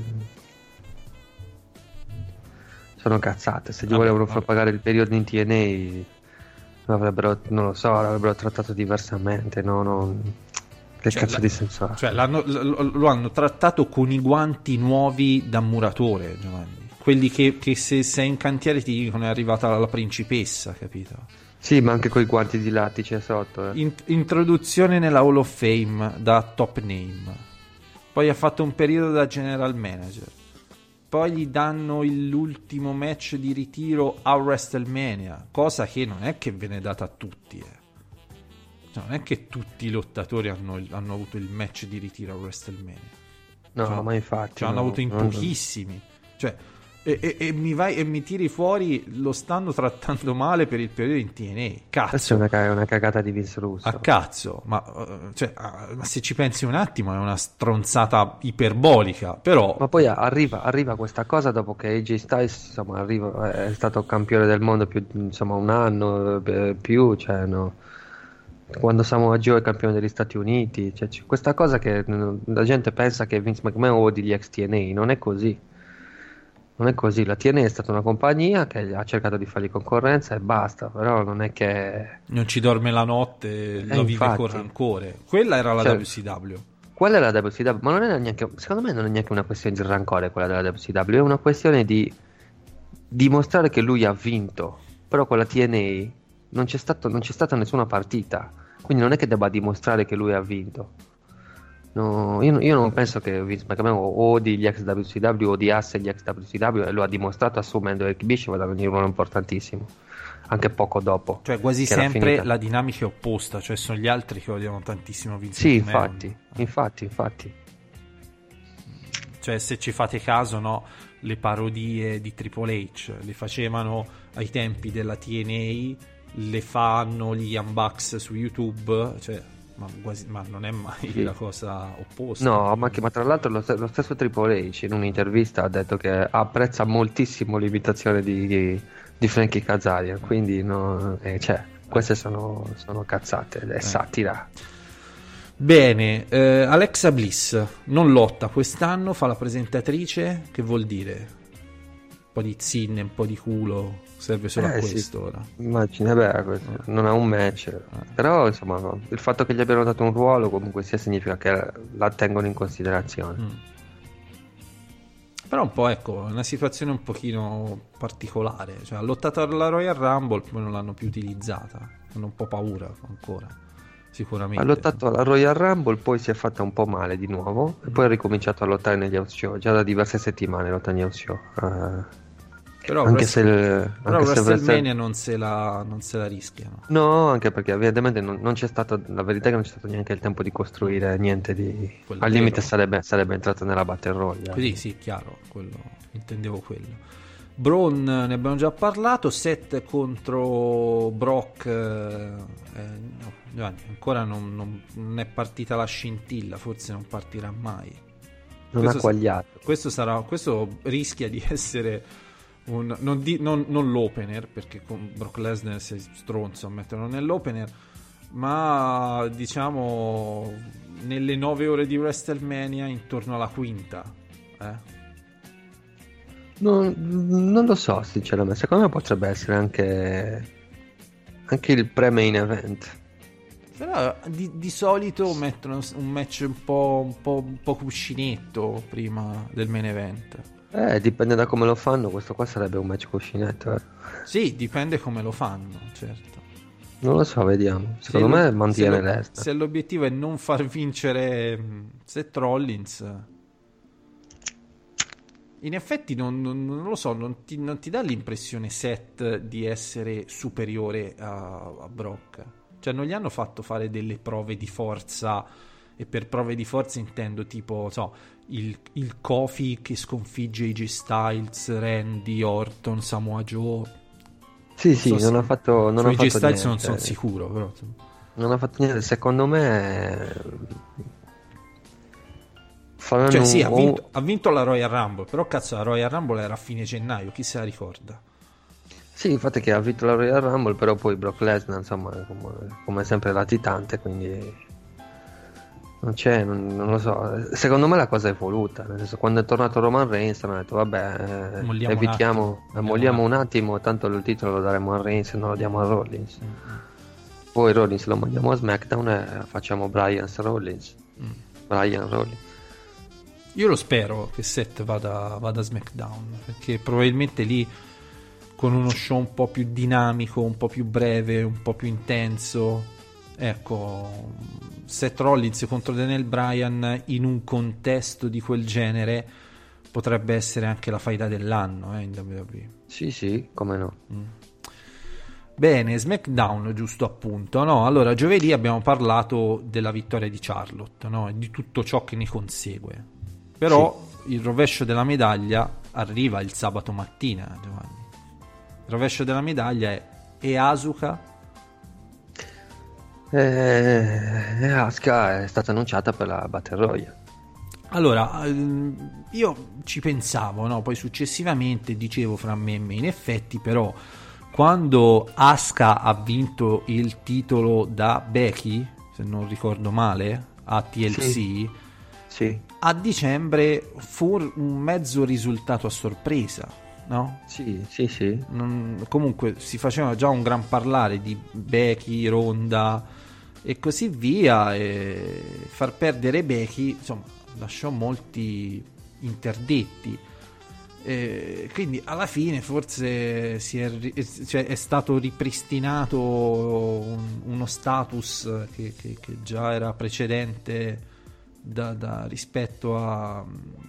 Sono cazzate, se gli Vabbè, volevano vabbè. far pagare il periodo in T N A l'avrebbero, non lo so, l'avrebbero trattato diversamente, no, no. Che Cioè, cazzo la- di senso ha? cioè l'hanno- lo, lo hanno trattato con i guanti nuovi da muratore, Giovanni. Quelli che, che se sei in cantiere ti dicono è arrivata la principessa, capito? Sì, ma anche coi guanti di lattice sotto. Eh. In- introduzione nella Hall of Fame da top name, poi ha fatto un periodo da general manager, poi gli danno il- l'ultimo match di ritiro a WrestleMania, cosa che non è che viene data a tutti, eh. Cioè, non è che tutti i lottatori hanno, il- hanno avuto il match di ritiro a WrestleMania. No, Cioè, ma infatti. ce l'hanno no, avuto in non- pochissimi. Cioè, e, e- e mi vai e mi tiri fuori, lo stanno trattando male per il periodo in T N A. Questa è Cazzo, una, ca- una cagata di Vince Russo. a cazzo. Ma, eh, cioè, ah, ma se ci pensi un attimo è una stronzata iperbolica. Però Ma poi arriva, arriva questa cosa dopo che A J Styles insomma, arriva, è stato campione del mondo più, insomma, un anno eh, più, cioè, no. Quando Samoa Joe è campione degli Stati Uniti, cioè, c'è questa cosa che mm, la gente pensa che Vince McMahon odi gli ex T N A, non è così. Non è così, la T N A è stata una compagnia che ha cercato di fargli concorrenza e basta, però non è che... non ci dorme la notte, lo vive infatti. con rancore. Quella era la Cioè, W C W. Quella è la W C W, ma non è neanche, secondo me non è neanche una questione di rancore quella della W C W, è una questione di dimostrare che lui ha vinto, però con la T N A non c'è stato, non c'è stata nessuna partita, quindi non è che debba dimostrare che lui ha vinto. No, io, io non penso che Vince McMahon odi gli ex W C W o odiasse gli ex W C W, e lo ha dimostrato assumendo Eric Bischoff da un ruolo importantissimo anche poco dopo, cioè quasi che era sempre finita. la dinamica è opposta, cioè sono gli altri che odiano tantissimo Vince Sì, McMahon. infatti, infatti, infatti. Cioè, se ci fate caso, no, le parodie di Triple H le facevano ai tempi della T N A, le fanno gli Young Bucks su YouTube, cioè, ma, quasi, ma non è mai Sì. la cosa opposta. No, ma, che, ma tra l'altro lo, lo stesso Triple H in un'intervista ha detto che apprezza moltissimo l'imitazione di, di, di Frankie Kazarian, quindi no, eh, cioè, queste sono, sono cazzate, è satira. Bene, eh, Alexa Bliss non lotta quest'anno, fa la presentatrice, che vuol dire? Un po' di zinne, un po' di culo, serve solo Eh, a sì. questo ora. Immagini, beh, questo non è un match, però insomma no, il fatto che gli abbiano dato un ruolo comunque sia significa che la tengono in considerazione. Mm. Però un po', ecco, è una situazione un pochino particolare, cioè ha lottato alla Royal Rumble, poi non l'hanno più utilizzata, hanno un po' paura ancora, sicuramente. Ha lottato alla Royal Rumble, poi si è fatta un po' male di nuovo e poi ha ricominciato a lottare negli house show, già da diverse settimane lotta negli house show. Eh, Però, anche Wrestle- se il, però anche se il WrestleMania Wrestle- non se la, non se la rischiano. No, anche perché evidentemente non, non c'è stato, la verità è che non c'è stato neanche il tempo di costruire niente di... Quello Al è limite vero. sarebbe, sarebbe entrato nella Battle Royale. Così sì, chiaro, quello, intendevo quello. Braun ne abbiamo già parlato, Seth contro Brock, eh, eh, no, Giovanni, ancora non, non- non è partita la scintilla, forse non partirà mai. Non Questo ha quagliato. Questo, sarà, questo rischia di essere un, non, di- non- non l'opener, perché con Brock Lesnar sei stronzo a metterlo nell'opener, ma diciamo nelle nove ore di WrestleMania intorno alla quinta, eh? Non, non lo so, sinceramente. Secondo me potrebbe essere anche, anche il pre-main event. Però di, di solito mettono un match un po', un po', un po' cuscinetto prima del main event. Eh, dipende da come lo fanno. Questo qua sarebbe un match cuscinetto. Eh. Sì, dipende come lo fanno, certo. Non lo so, vediamo. Secondo Se me lo- mantiene se lo- Lesnar. Se l'obiettivo è non far vincere mh, Seth Rollins, in effetti non, non- non lo so, non ti, non ti dà l'impressione Seth di essere superiore a, a Brock. Cioè non gli hanno fatto fare delle prove di forza, e per prove di forza intendo tipo, so, il, il Kofi che sconfigge A J Styles, Randy Orton, Samoa Joe. Sì, sì, so non se- ha fatto, non su ha A J fatto Styles niente. non sono sicuro, però insomma. Non ha fatto niente. Secondo me faranno Cioè sì, un- ha vinto, ha vinto la Royal Rumble, però cazzo la Royal Rumble era a fine gennaio, chi se la ricorda? Sì, infatti che ha vinto la Royal Rumble, però poi Brock Lesnar, insomma, come, come sempre latitante, quindi non c'è, non, non lo so. Secondo me la cosa è voluta, nel senso, quando è tornato Roman Reigns hanno detto vabbè, eh, Molliamo un evitiamo, attimo, eh, molliamo molliamo un un attimo, tanto il titolo lo daremo a Reigns e non lo diamo a Rollins. Poi Rollins lo mandiamo a SmackDown e facciamo Bryan's Rollins. Bryan Rollins. Io lo spero che Seth vada, vada a SmackDown, perché probabilmente lì con uno show un po' più dinamico, un po' più breve, un po' più intenso, ecco, Seth Rollins contro Daniel Bryan in un contesto di quel genere potrebbe essere anche la faida dell'anno, eh, in W W E. Sì, sì, come no. Bene, SmackDown, giusto appunto, no? Allora, giovedì abbiamo parlato della vittoria di Charlotte, no? E di tutto ciò che ne consegue. Però il rovescio della medaglia arriva il sabato mattina, Giovanni. Il rovescio della medaglia è e Asuka. E Asuka è stata annunciata per la Battle Royale. Allora, ehm, io ci pensavo, no? Poi successivamente dicevo fra me e me, in effetti però quando Asuka ha vinto il titolo da Becky, se non ricordo male, a T L C, Sì. Sì, a dicembre fu un mezzo risultato a sorpresa, no? sì, sì, sì. Non- comunque si faceva già un gran parlare di Becky, Ronda e così via, e far perdere Becky insomma lasciò molti interdetti. E quindi alla fine forse si è, ri- cioè è stato ripristinato un- uno status che, che- che già era precedente da, da- rispetto a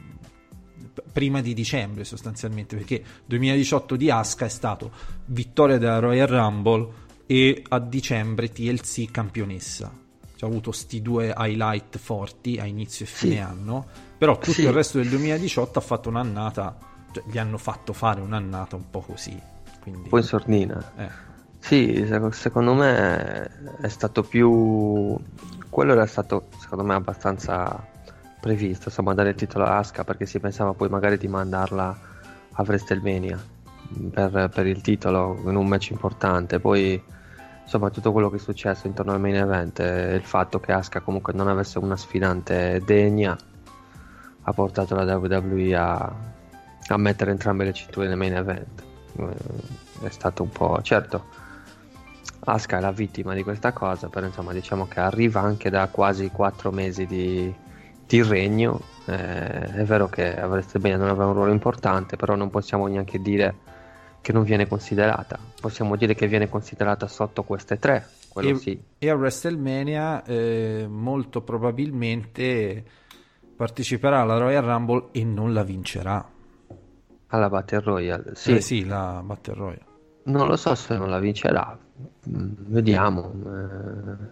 p- prima di dicembre, sostanzialmente, perché duemiladiciotto di Asuka è stato vittoria della Royal Rumble e a dicembre T L C campionessa. Ci ha avuto sti due highlight forti a inizio e fine Sì. anno, però tutto Sì. il resto del duemiladiciotto ha fatto un'annata, cioè gli hanno fatto fare un'annata un po' così, quindi Un po' in sordina. eh, Sì, sec- secondo me è stato più... Quello era stato, secondo me, abbastanza previsto, insomma, dare il titolo a Asuka, perché si pensava poi magari di mandarla a WrestleMania per, per il titolo in un match importante. Poi, insomma, tutto quello che è successo intorno al main event e il fatto che Asuka comunque non avesse una sfidante degna ha portato la W W E a, a mettere entrambe le cinture nel main event. Eh, È stato un po'... Certo, Asuka è la vittima di questa cosa, però insomma diciamo che arriva anche da quasi quattro mesi di, di regno. Eh, è vero che a WrestleMania non aveva un ruolo importante, però non possiamo neanche dire che non viene considerata. Possiamo dire che viene considerata sotto queste tre, quello e, sì. e a WrestleMania eh, molto probabilmente parteciperà alla Royal Rumble e non la vincerà. Alla Battle Royale, sì. Eh sì, la Battle Royale. Non lo so se non la vincerà. Mm, Vediamo. Eh,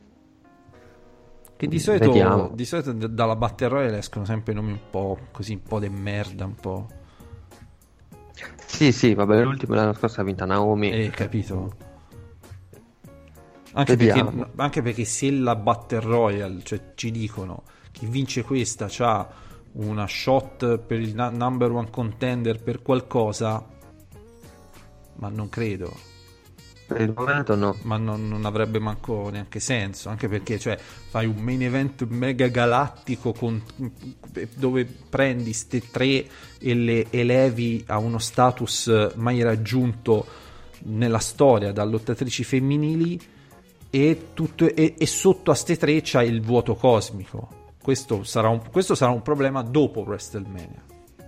Che di solito, Vediamo. di solito d- dalla Battle Royale escono sempre nomi un po' così, un po' de merda, un po'... Sì, sì, vabbè, l'ultimo l'anno scorso ha vinto Naomi. Eh, capito? Anche perché, Vediamo. anche perché se la Battle Royale, cioè ci dicono chi vince questa c'ha una shot per il na- number one contender per qualcosa, ma non credo. Per il momento no. Ma non, non avrebbe manco neanche senso, anche perché cioè fai un main event mega galattico con, dove prendi ste tre e le elevi a uno status mai raggiunto nella storia da lottatrici femminili e, tutto, e, e sotto a ste tre c'hai il vuoto cosmico. Questo sarà un, questo sarà un problema dopo WrestleMania.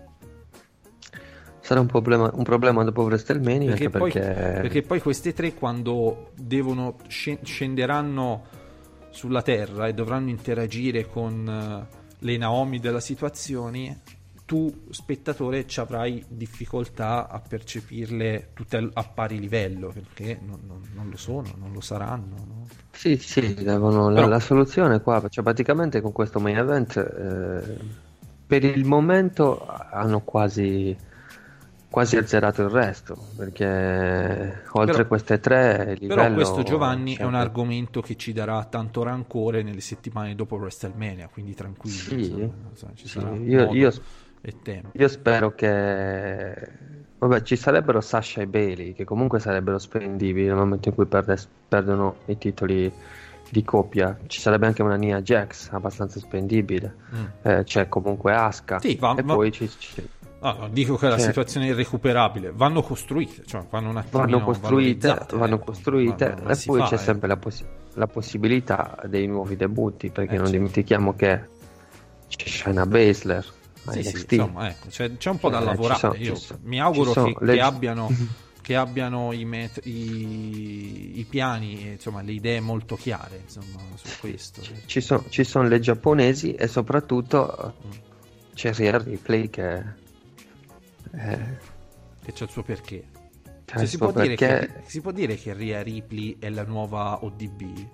Sarà un problema, un problema dopo WrestleMania, Perché anche poi, perché... perché poi queste tre quando devono sce- scenderanno sulla terra e dovranno interagire con eh, le Naomi della situazione, tu spettatore ci avrai difficoltà a percepirle tutte al- a pari livello, perché non, non- non lo sono, non lo saranno, no? Sì, sì, devono, la, Però- la soluzione qua, cioè praticamente con questo main event eh, per il momento hanno quasi quasi azzerato il resto, perché oltre Però- queste tre il livello... Però questo, Giovanni, è un sempre- argomento che ci darà tanto rancore nelle settimane dopo WrestleMania, quindi tranquilli, Sì, insomma, insomma, ci sì, sarà io- modo io- e tempo. Io spero che... Vabbè, ci sarebbero Sasha e Bailey, che comunque sarebbero spendibili nel momento in cui perde- perdono i titoli di coppia. Ci sarebbe anche una Nia Jax, abbastanza spendibile. Mm. Eh, c'è comunque Asuka. Sì, va- e va- poi ci... ci- Ah, no, dico che la Cioè- situazione è irrecuperabile, vanno costruite, cioè vanno un attimino vanno costruite, valorizzate, vanno ecco. costruite Ma non- non e si poi fa, c'è eh. sempre la, possi- la possibilità dei nuovi debutti, perché Eh, non certo. dimentichiamo che c'è Shayna Baszler a Sì, N X T. sì, insomma, ecco, c'è, c'è un po' da Eh, ci lavorare. sono- Io ci sono- mi auguro ci sono che, le- che abbiano, che abbiano i, met- i, i piani, insomma, le idee molto chiare, insomma, su questo. Ci, sono, ci sono le giapponesi e soprattutto c'è Rhea Ripley che eh, Che c'è il suo perché. c'ha Cioè, il si, suo può dire perché. che, si può dire che Rhea Ripley è la nuova O D B?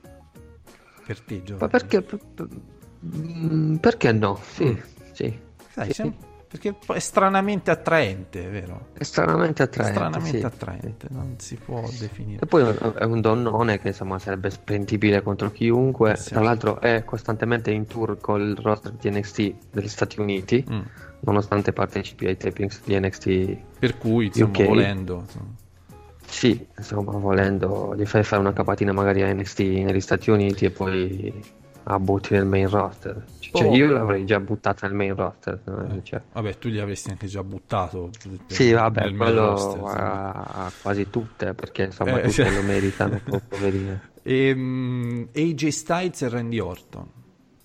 Per te, Giovanni? Ma perché, p- p- mm, perché no? Sì, sì. Sai, Sì. sem- perché è stranamente attraente, vero? È stranamente attraente. Stranamente sì. attraente, non si può definire. E poi è un donnone che insomma sarebbe spendibile contro chiunque. Sì. Tra l'altro è costantemente in tour col roster di N X T degli Stati Uniti, Mm. nonostante partecipi ai tapings di N X T. Per cui, insomma, U K. volendo, insomma. Sì, insomma, volendo gli fai fare una capatina magari a N X T negli Stati Uniti e poi a butti nel main roster. Cioè, Oh. io l'avrei già buttata nel main roster. no? Cioè, Vabbè, tu li avresti anche già buttato. per- sì, vabbè, nel main quello roster, insomma. a, a quasi tutte, perché insomma Eh, tutte cioè- lo meritano, po- poverine. Ehm, A J Styles e Randy Orton.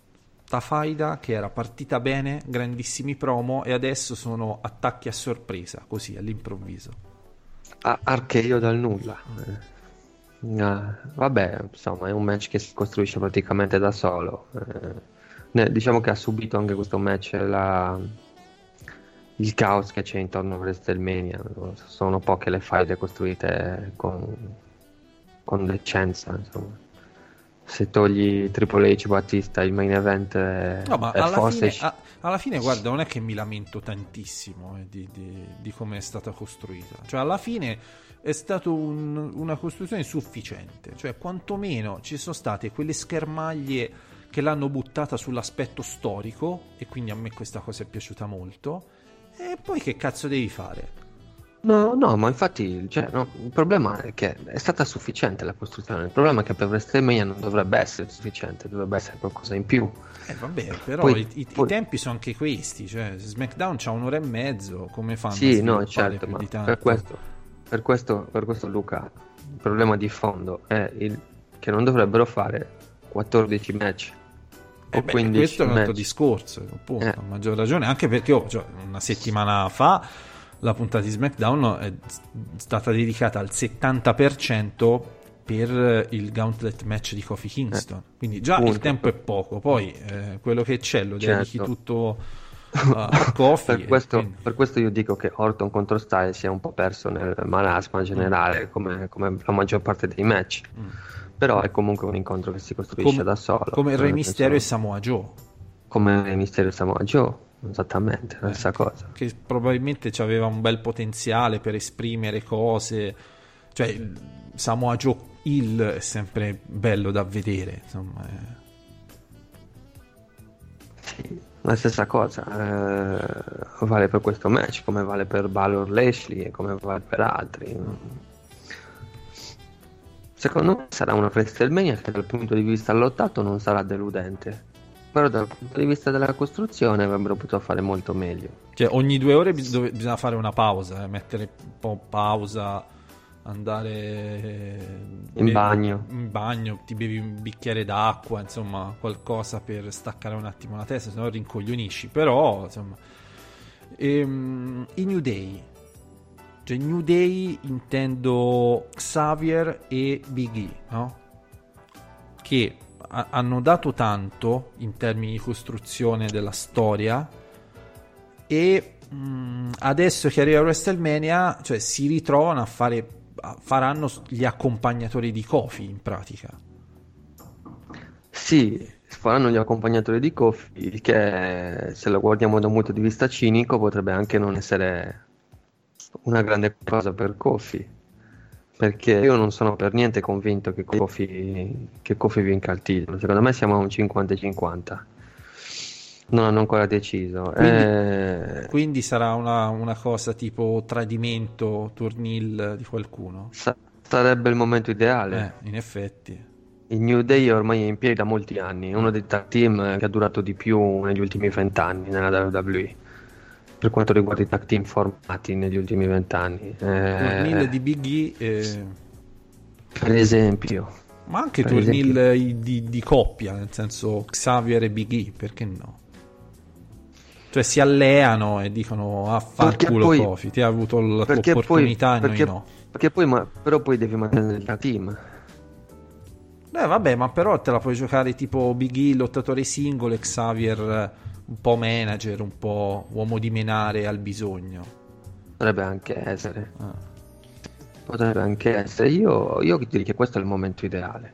sta faida che era partita bene, grandissimi promo, e adesso sono attacchi a sorpresa, così all'improvviso. A- archeo dal nulla. Eh, ah, vabbè, insomma, è un match che si costruisce praticamente da solo. Eh, ne- diciamo che ha subito anche questo match la, il caos che c'è intorno a WrestleMania. Sono poche le faide costruite con, con decenza, insomma. Se togli Triple H, Battista, il main event è, No, ma è alla forse fine, a- alla fine, guarda, non è che mi lamento tantissimo eh, di, di, di come è stata costruita. Cioè, alla fine è stata un- una costruzione sufficiente. Cioè, quantomeno ci sono state quelle schermaglie che l'hanno buttata sull'aspetto storico, e quindi a me questa cosa è piaciuta molto. E poi che cazzo devi fare? No, no, ma infatti, cioè, no, il problema è che è stata sufficiente la costruzione. Il problema è che per WrestleMania non dovrebbe essere sufficiente, dovrebbe essere qualcosa in più. Eh vabbè, però Poi- i, i- poi- i tempi sono anche questi. Cioè, SmackDown c'ha un'ora e mezzo, come fanno a Sì, no, sviluppare certo, più ma di tanto? per questo, per questo, per questo, Luca, il problema di fondo è il, che non dovrebbero fare quattordici match Eh o beh, quindici questo è un altro match. discorso, appunto, Eh. a maggior ragione, anche perché oh, cioè, una settimana fa la puntata di SmackDown è stata dedicata al settanta per cento per il gauntlet match di Kofi Kingston, quindi già Punto. il tempo è poco, poi eh, quello che c'è lo dedichi Certo. tutto a, a Kofi. per, e questo, quindi- per questo io dico che Orton contro Styles sia un po' perso nel marasma generale, come, come la maggior parte dei match. Mm. Però è comunque un incontro che si costruisce come, da solo. come il Re Nel Mysterio e senso- Samoa Joe, come Re Mysterio e Samoa Joe, esattamente, la stessa cosa. che probabilmente aveva un bel potenziale per esprimere cose. Cioè, il Samoa Joe Hill è sempre bello da vedere, insomma. è- Sì, la stessa cosa, eh, vale per questo match, come vale per Balor Lashley e come vale per altri. Secondo me sarà una WrestleMania che dal punto di vista lottato non sarà deludente, però dal punto di vista della costruzione avrebbero potuto fare molto meglio. Cioè, ogni due ore bis- dove- bisogna fare una pausa, eh, mettere un po' pausa, andare eh, In bevi- bagno. in bagno, ti bevi un bicchiere d'acqua, insomma, qualcosa per staccare un attimo la testa, se no rincoglionisci. Però, insomma, ehm, i New Day, cioè New Day intendo Xavier e Big E, no? Che ha- hanno dato tanto in termini di costruzione della storia, e mh, adesso che arriva WrestleMania, cioè si ritrovano a fare a- faranno gli accompagnatori di Kofi in pratica. Sì, faranno gli accompagnatori di Kofi, il che se lo guardiamo da un punto di vista cinico potrebbe anche non essere una grande cosa per Kofi, perché io non sono per niente convinto che Kofi, che Kofi vinca il titolo. Secondo me siamo a un cinquanta e cinquanta, non hanno ancora deciso. Quindi, Eh, quindi sarà una, una cosa tipo tradimento, turnil di qualcuno. sa- sarebbe il momento ideale. Eh, in effetti. Il New Day ormai è in piedi da molti anni, è uno dei tag team che ha durato di più negli ultimi vent'anni nella W W E, per quanto riguarda i tag team formati negli ultimi vent'anni. Turnil Eh, di Big E, eh, per esempio, ma anche Per turnil esempio. i- di, di coppia, nel senso Xavier e Big E, perché no? Cioè si alleano e dicono a far Perché culo poi- Kofi, ti ha avuto la tua perché poi, opportunità e perché, noi no. perché poi ma, però poi devi mantenere il tag team. Eh vabbè, ma però te la puoi giocare tipo Big E lottatore singolo e Xavier eh, un po' manager, un po' uomo di menare al bisogno. Potrebbe anche essere. Ah. Potrebbe anche essere. Io, io direi che questo è il momento ideale.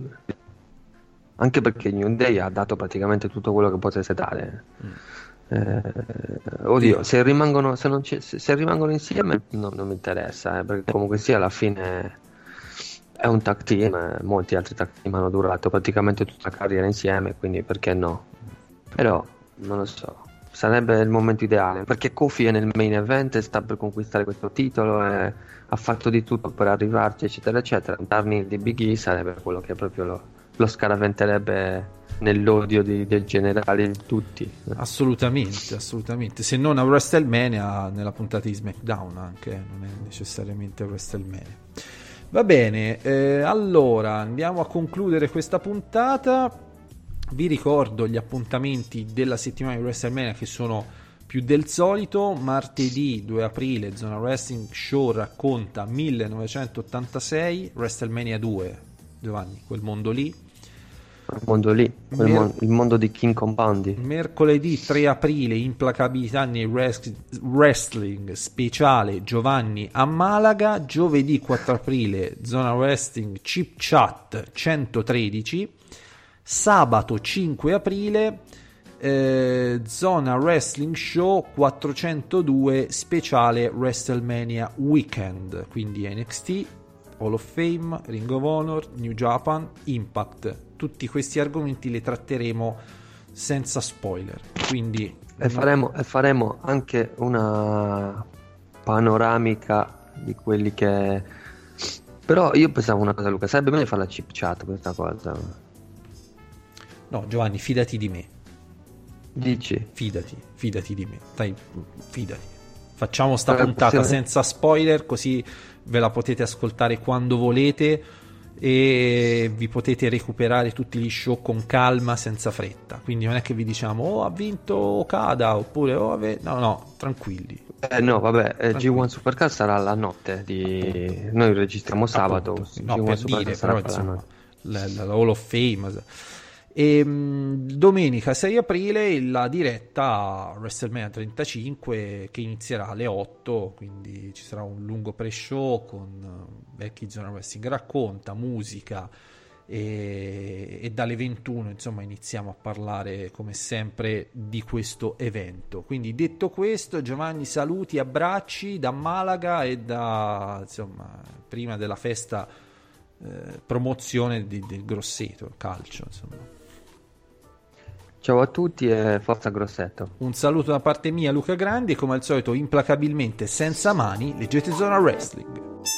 Anche perché New Day ha dato praticamente tutto quello che potesse dare. Eh, oddio, se rimangono, se non c'è- se, se rimangono insieme no, non mi interessa, eh, perché comunque sia alla fine è un tag team. eh, Molti altri tag team hanno durato praticamente tutta la carriera insieme, quindi perché no? Però non lo so. Sarebbe il momento ideale, perché Kofi è nel main event e sta per conquistare questo titolo e ha fatto di tutto per arrivarci, eccetera, eccetera. Darmi di Big E sarebbe quello che proprio lo, lo scaraventerebbe nell'odio di- del generale di tutti. Assolutamente, assolutamente. Se non a WrestleMania, nella puntata di SmackDown anche, eh, non è necessariamente a WrestleMania. Va bene, eh, allora andiamo a concludere questa puntata. Vi ricordo gli appuntamenti della settimana di WrestleMania, che sono più del solito. Martedì due aprile Zona Wrestling Show racconta millenovecentottantasei, WrestleMania due, Giovanni, quel mondo lì. Il mondo lì, quel Mer- mon- il mondo di King Kong Bundy. Mercoledì tre aprile Implacabilità nei res- Wrestling speciale Giovanni a Malaga. Giovedì quattro aprile Zona Wrestling Chip Chat centotredici. Sabato cinque aprile eh, Zona Wrestling Show quattrocentodue speciale WrestleMania Weekend, quindi N X T, Hall of Fame, Ring of Honor, New Japan, Impact. Tutti questi argomenti li tratteremo senza spoiler, quindi E faremo, e faremo anche una panoramica di quelli che... Però io pensavo una cosa, Luca, sarebbe bene fare la chip chat questa cosa. no, Giovanni, fidati di me, Dici? fidati, fidati di me, dai, fidati. Facciamo sta Allora, puntata possiamo- senza spoiler, così ve la potete ascoltare quando volete e vi potete recuperare tutti gli show con calma, senza fretta. Quindi non è che vi diciamo oh ha vinto Okada oppure oh ave... no no, tranquilli. Eh no, vabbè, eh, G Tranquillo. uno Supercar sarà la notte di... Noi registriamo sabato, Appunto, G no, uno per Supercar dire, sarà però per la insomma notte. la, la, la Hall of Fame. E mh, domenica sei aprile la diretta WrestleMania trentacinque, che inizierà alle otto, quindi ci sarà un lungo pre-show con uh, vecchi Zona Wrestling racconta, musica e, e dalle ventuno insomma iniziamo a parlare come sempre di questo evento. Quindi detto questo, Giovanni, saluti, abbracci da Malaga e da insomma prima della festa eh, promozione di, del Grosseto calcio, insomma. Ciao a tutti e forza Grosseto. Un saluto da parte mia, Luca Grandi, e come al solito implacabilmente senza mani leggete Zona Wrestling.